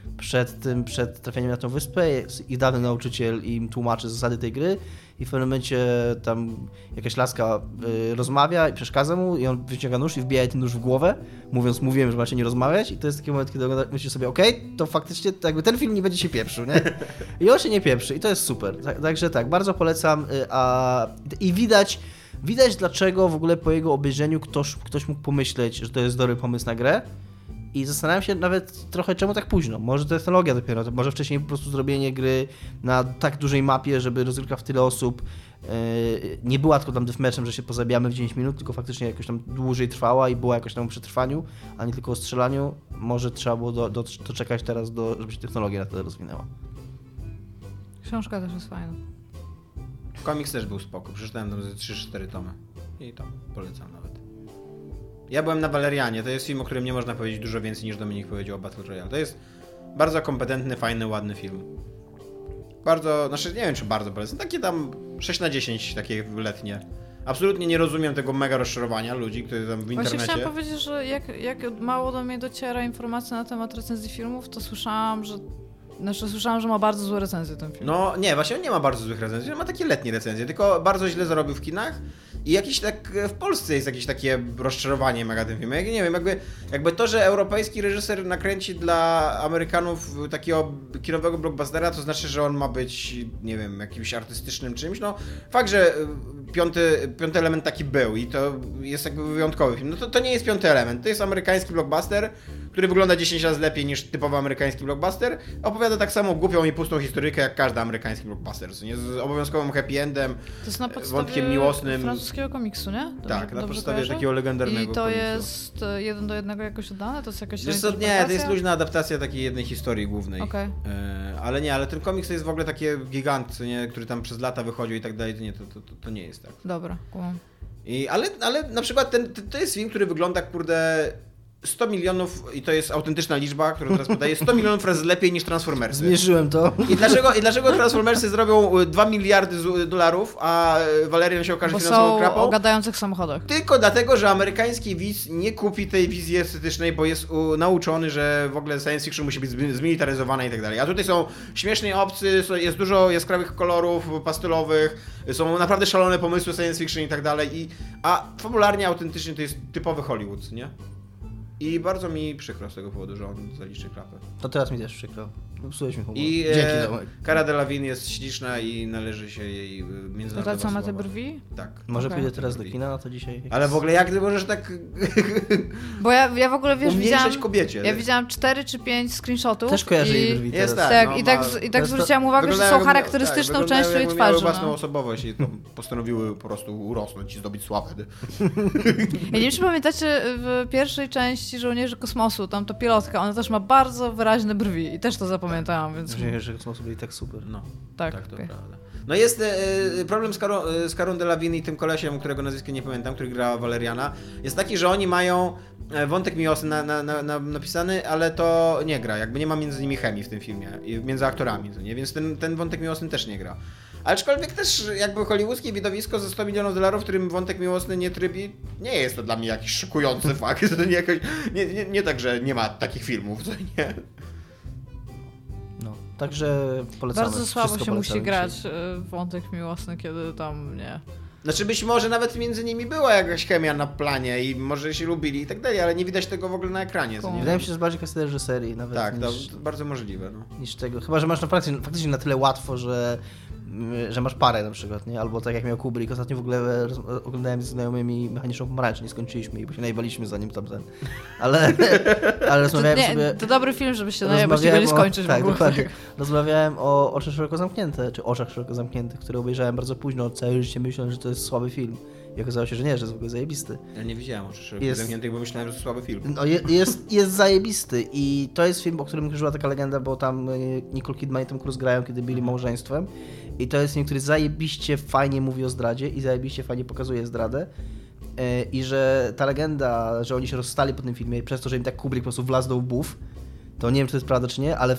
Speaker 3: przed trafieniem na tą wyspę, ich dawny nauczyciel im tłumaczy zasady tej gry i w pewnym momencie tam jakaś laska rozmawia i przeszkadza mu i on wyciąga nóż i wbija ten nóż w głowę, mówiąc, mówiłem, że macie nie rozmawiać i to jest taki moment, kiedy myślisz sobie, okej, to faktycznie jakby ten film nie będzie się pieprzył, nie? I on się nie pieprzy i to jest super. Także tak, bardzo polecam i widać dlaczego w ogóle po jego obejrzeniu ktoś mógł pomyśleć, że to jest dobry pomysł na grę. I zastanawiam się nawet trochę, czemu tak późno. Może to jest technologia dopiero, to może wcześniej po prostu zrobienie gry na tak dużej mapie, żeby rozgrywka w tyle osób nie była tylko tam deathmatchem, że się pozabijamy w 9 minut, tylko faktycznie jakoś tam dłużej trwała i była jakoś tam o przetrwaniu, a nie tylko o strzelaniu. Może trzeba było doczekać teraz, żeby się technologia na tyle rozwinęła.
Speaker 4: Książka też jest fajna.
Speaker 2: Komiks też był spoko, przeczytałem tam ze 3-4 tomy i tam polecam nawet. Ja byłem na Valerianie, to jest film, o którym nie można powiedzieć dużo więcej niż Dominik powiedział o Battle Royale. To jest bardzo kompetentny, fajny, ładny film. Bardzo, nie wiem czy bardzo polecam, takie tam 6/10, takie letnie. Absolutnie nie rozumiem tego mega rozczarowania ludzi, którzy tam w internecie...
Speaker 4: Właśnie chciałam powiedzieć, że jak mało do mnie dociera informacji na temat recenzji filmów, to słyszałam, że ma bardzo złe recenzje ten film.
Speaker 2: No nie, właśnie on nie ma bardzo złych recenzji, on ma takie letnie recenzje, tylko bardzo źle zarobił w kinach i jakiś tak w Polsce jest jakieś takie rozczarowanie mega tym filmem. Ja nie wiem, jakby to, że europejski reżyser nakręci dla Amerykanów takiego kinowego blockbustera, to znaczy, że on ma być, nie wiem, jakimś artystycznym czymś. No fakt, że piąty element taki był i to jest jakby wyjątkowy film. No to nie jest piąty element, to jest amerykański blockbuster, który wygląda 10 razy lepiej niż typowy amerykański blockbuster. Opowiada tak samo głupią i pustą historyjkę jak każdy amerykański blockbuster. Nie? Z obowiązkowym happy endem,
Speaker 4: to jest na podstawie
Speaker 2: wątkiem miłosnym.
Speaker 4: Francuskiego komiksu, nie?
Speaker 2: Tak, na podstawie takiego legendarnego
Speaker 4: I to
Speaker 2: komiksu.
Speaker 4: jest 1:1 jakoś oddane? To jest jakaś
Speaker 2: Nie, to jest luźna adaptacja takiej jednej historii głównej.
Speaker 4: Okay.
Speaker 2: Ale ten komiks to jest w ogóle taki gigant, nie? Który tam przez lata wychodził i tak dalej. To nie jest tak.
Speaker 4: Dobra, kumam.
Speaker 2: Ale na przykład to jest film, który wygląda, kurde, 100 milionów, i to jest autentyczna liczba, którą teraz podaję, 100 milionów razy lepiej niż Transformersy.
Speaker 3: Zmierzyłem to.
Speaker 2: I dlaczego Transformersy zrobią 2 miliardy dolarów, a Valerian się okaże
Speaker 4: Bo
Speaker 2: finansową
Speaker 4: są
Speaker 2: krapą?
Speaker 4: o gadających samochodach.
Speaker 2: Tylko dlatego, że amerykański widz nie kupi tej wizji estetycznej, bo jest nauczony, że w ogóle science fiction musi być zmilitaryzowane i tak dalej. A tutaj są śmieszni obcy, jest dużo jaskrawych kolorów, pastelowych, są naprawdę szalone pomysły science fiction i tak dalej. A fabularnie, autentycznie to jest typowy Hollywood, nie? I bardzo mi przykro z tego powodu, że on zaliczy klapę.
Speaker 3: To teraz mi też przykro. Popsułeś mi humor.
Speaker 2: I
Speaker 3: Dzięki, Tomek.
Speaker 2: Cara Delevingne jest śliczna i należy się jej międzynarodowa
Speaker 4: To ta, co ma te
Speaker 2: sława.
Speaker 4: brwi?
Speaker 2: Tak.
Speaker 3: Może
Speaker 4: Okej.
Speaker 3: pójdę teraz do kina, no to dzisiaj...
Speaker 2: Ale w ogóle jak ty możesz tak
Speaker 4: Bo ja w ogóle, wiesz,
Speaker 2: umniejszać
Speaker 4: widziałam...
Speaker 2: kobiecie?
Speaker 4: Ja widziałam 4 czy 5 screenshotów.
Speaker 3: Też kojarzę jej
Speaker 4: i...
Speaker 3: brwi
Speaker 2: Jest
Speaker 3: teraz.
Speaker 2: tak.
Speaker 4: Tak,
Speaker 2: no,
Speaker 4: i tak,
Speaker 2: ma-
Speaker 4: i tak
Speaker 3: to jest
Speaker 4: zwróciłam uwagę, że
Speaker 2: Wyglądają
Speaker 4: są
Speaker 2: jakby-
Speaker 4: charakterystyczną
Speaker 2: tak,
Speaker 4: częścią jej
Speaker 2: wyglądają jakby miały
Speaker 4: twarzy.
Speaker 2: własną
Speaker 4: No.
Speaker 2: osobowość i to postanowiły po prostu urosnąć i zdobyć sławę.
Speaker 4: Ja nie wiem, czy pamiętacie w pierwszej części Żołnierzy Kosmosu, tam to pilotka, ona też ma bardzo wyraźne brwi i też to zapamiętałam, więc
Speaker 3: Że są sobie tak super.
Speaker 2: No,
Speaker 4: tak.
Speaker 2: to
Speaker 4: okej.
Speaker 2: prawda. No jest problem z Carą Delevingne i tym kolesiem, którego nazwiska nie pamiętam, który gra Valeriana, jest taki, że oni mają wątek miłosny napisany, ale to nie gra, jakby nie ma między nimi chemii w tym filmie, między aktorami, nie? Więc ten wątek miłosny też nie gra. Aczkolwiek też jakby hollywoodzkie widowisko za 100 milionów dolarów, w którym wątek miłosny nie trybi, nie jest to dla mnie jakiś szokujący fakt. To nie tak, że nie ma takich filmów, co nie?
Speaker 3: No, także polecamy.
Speaker 4: Bardzo słabo
Speaker 3: Wszystko
Speaker 4: się musi
Speaker 3: polecamy
Speaker 4: grać
Speaker 3: dzisiaj.
Speaker 4: wątek miłosny, kiedy tam nie.
Speaker 2: Znaczy być może nawet między nimi była jakaś chemia na planie i może się lubili i tak dalej, ale nie widać tego w ogóle na ekranie. Co nie?
Speaker 3: Wydaje mi się, że jest bardziej kwestia reżyserii nawet
Speaker 2: Tak,
Speaker 3: niż,
Speaker 2: to bardzo możliwe. No.
Speaker 3: niż tego. Chyba, że masz faktycznie na tyle łatwo, że masz parę na przykład, nie? Albo tak jak miał Kubrick. Ostatnio w ogóle oglądałem z znajomymi Mechaniczną Pomarańcz, nie skończyliśmy jej, bo się najbaliśmy zanim tamten. Ale rozmawiałem
Speaker 4: nie,
Speaker 3: sobie...
Speaker 4: to dobry film, żeby się najebać i go nie skończyć w
Speaker 3: Tak,
Speaker 4: ogóle.
Speaker 3: dokładnie. Rozmawiałem o Oczy szeroko zamknięte, czy Oczach szeroko zamkniętych, które obejrzałem bardzo późno, całe życie myśląc, że to jest słaby film. I okazało się, że nie, że jest w ogóle zajebisty.
Speaker 2: Ja nie widziałem Oczy szeroko
Speaker 3: Jest-
Speaker 2: zamkniętych, bo myślałem, że to słaby film.
Speaker 3: No, jest zajebisty i to jest film, o którym krążyła taka legenda, bo tam Nicole Kidman i Tom Cruise grają, kiedy byli małżeństwem. I to jest film, który zajebiście fajnie mówi o zdradzie i zajebiście fajnie pokazuje zdradę. I że ta legenda, że oni się rozstali po tym filmie przez to, że im tak Kubrick po prostu wlazł do łbów, to nie wiem, czy to jest prawda, czy nie, ale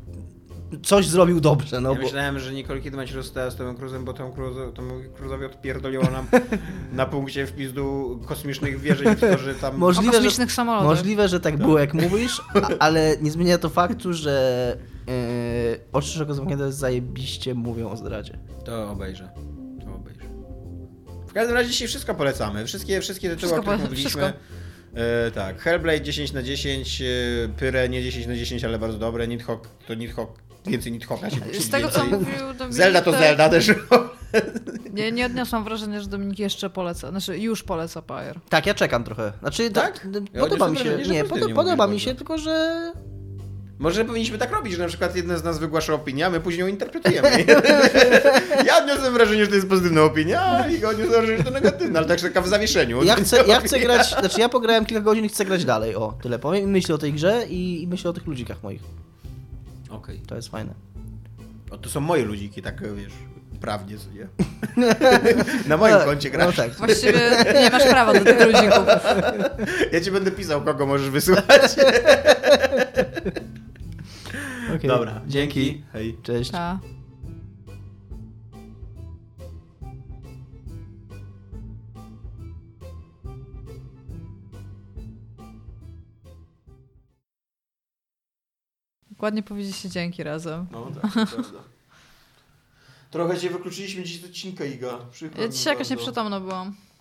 Speaker 3: coś zrobił dobrze, no
Speaker 2: Ja
Speaker 3: bo...
Speaker 2: myślałem, że Nicole Kidman się rozstała z Tomem Cruise'em, bo Tomowi Cruise'owi odpierdoliło nam na punkcie w pizdu kosmicznych wieżeń, w to, że tam...
Speaker 4: O kosmicznych samolotach.
Speaker 3: Możliwe, że tak było, jak mówisz, ale nie zmienia to faktu, że Oczy szeroko zamknięte zajebiście mówią o zdradzie.
Speaker 2: To obejrzę. W każdym razie dzisiaj wszystko polecamy. Wszystkie tytuły, o których mówiliśmy. Tak, Hellblade 10/10, Pyre nie 10/10, ale bardzo dobre, Nidhogg to Nidhogg, więcej Nidhogga się
Speaker 4: Z tego, co
Speaker 2: więcej.
Speaker 4: mówił Dominik,
Speaker 2: Zelda to Zelda też.
Speaker 4: Nie odniosłam wrażenia, że Dominik jeszcze poleca, znaczy już poleca Pyre.
Speaker 3: Tak, ja czekam trochę. Znaczy,
Speaker 2: Tak? Ja
Speaker 3: podoba
Speaker 2: odniosłem
Speaker 3: mi się,
Speaker 2: wrażenie, że
Speaker 3: nie,
Speaker 2: pozytywnie
Speaker 3: podoba mi
Speaker 2: mówisz
Speaker 3: się,
Speaker 2: bardzo.
Speaker 3: tylko że...
Speaker 2: Może powinniśmy tak robić, że na przykład jeden z nas wygłasza opinię, a my później ją interpretujemy. Ja odniosłem wrażenie, że to jest pozytywna opinia, a Iga odniosłem wrażenie, że to negatywna, ale tak taka w zawieszeniu.
Speaker 3: Ja chcę grać, znaczy ja pograłem kilka godzin i chcę grać dalej, o, tyle powiem. I myślę o tej grze i myślę o tych ludzikach moich.
Speaker 2: Okej.
Speaker 3: To jest fajne.
Speaker 2: O, to są moje ludziki, tak wiesz, prawnie, co nie? Na moim koncie grasz.
Speaker 3: No tak.
Speaker 4: Właściwie nie masz prawa do tych ludzików.
Speaker 2: Ja ci będę pisał, kogo możesz wysłać.
Speaker 3: Okay.
Speaker 2: Dobra,
Speaker 3: Dzięki.
Speaker 2: Hej.
Speaker 3: Cześć.
Speaker 4: A. Ładnie powiedzieliście dzięki razem.
Speaker 2: No tak, to prawda. Trochę cię wykluczyliśmy dziś z odcinka, Iga. Przykro
Speaker 4: Ja
Speaker 2: mi
Speaker 4: dzisiaj jakoś
Speaker 2: bardzo.
Speaker 4: nieprzytomna byłam.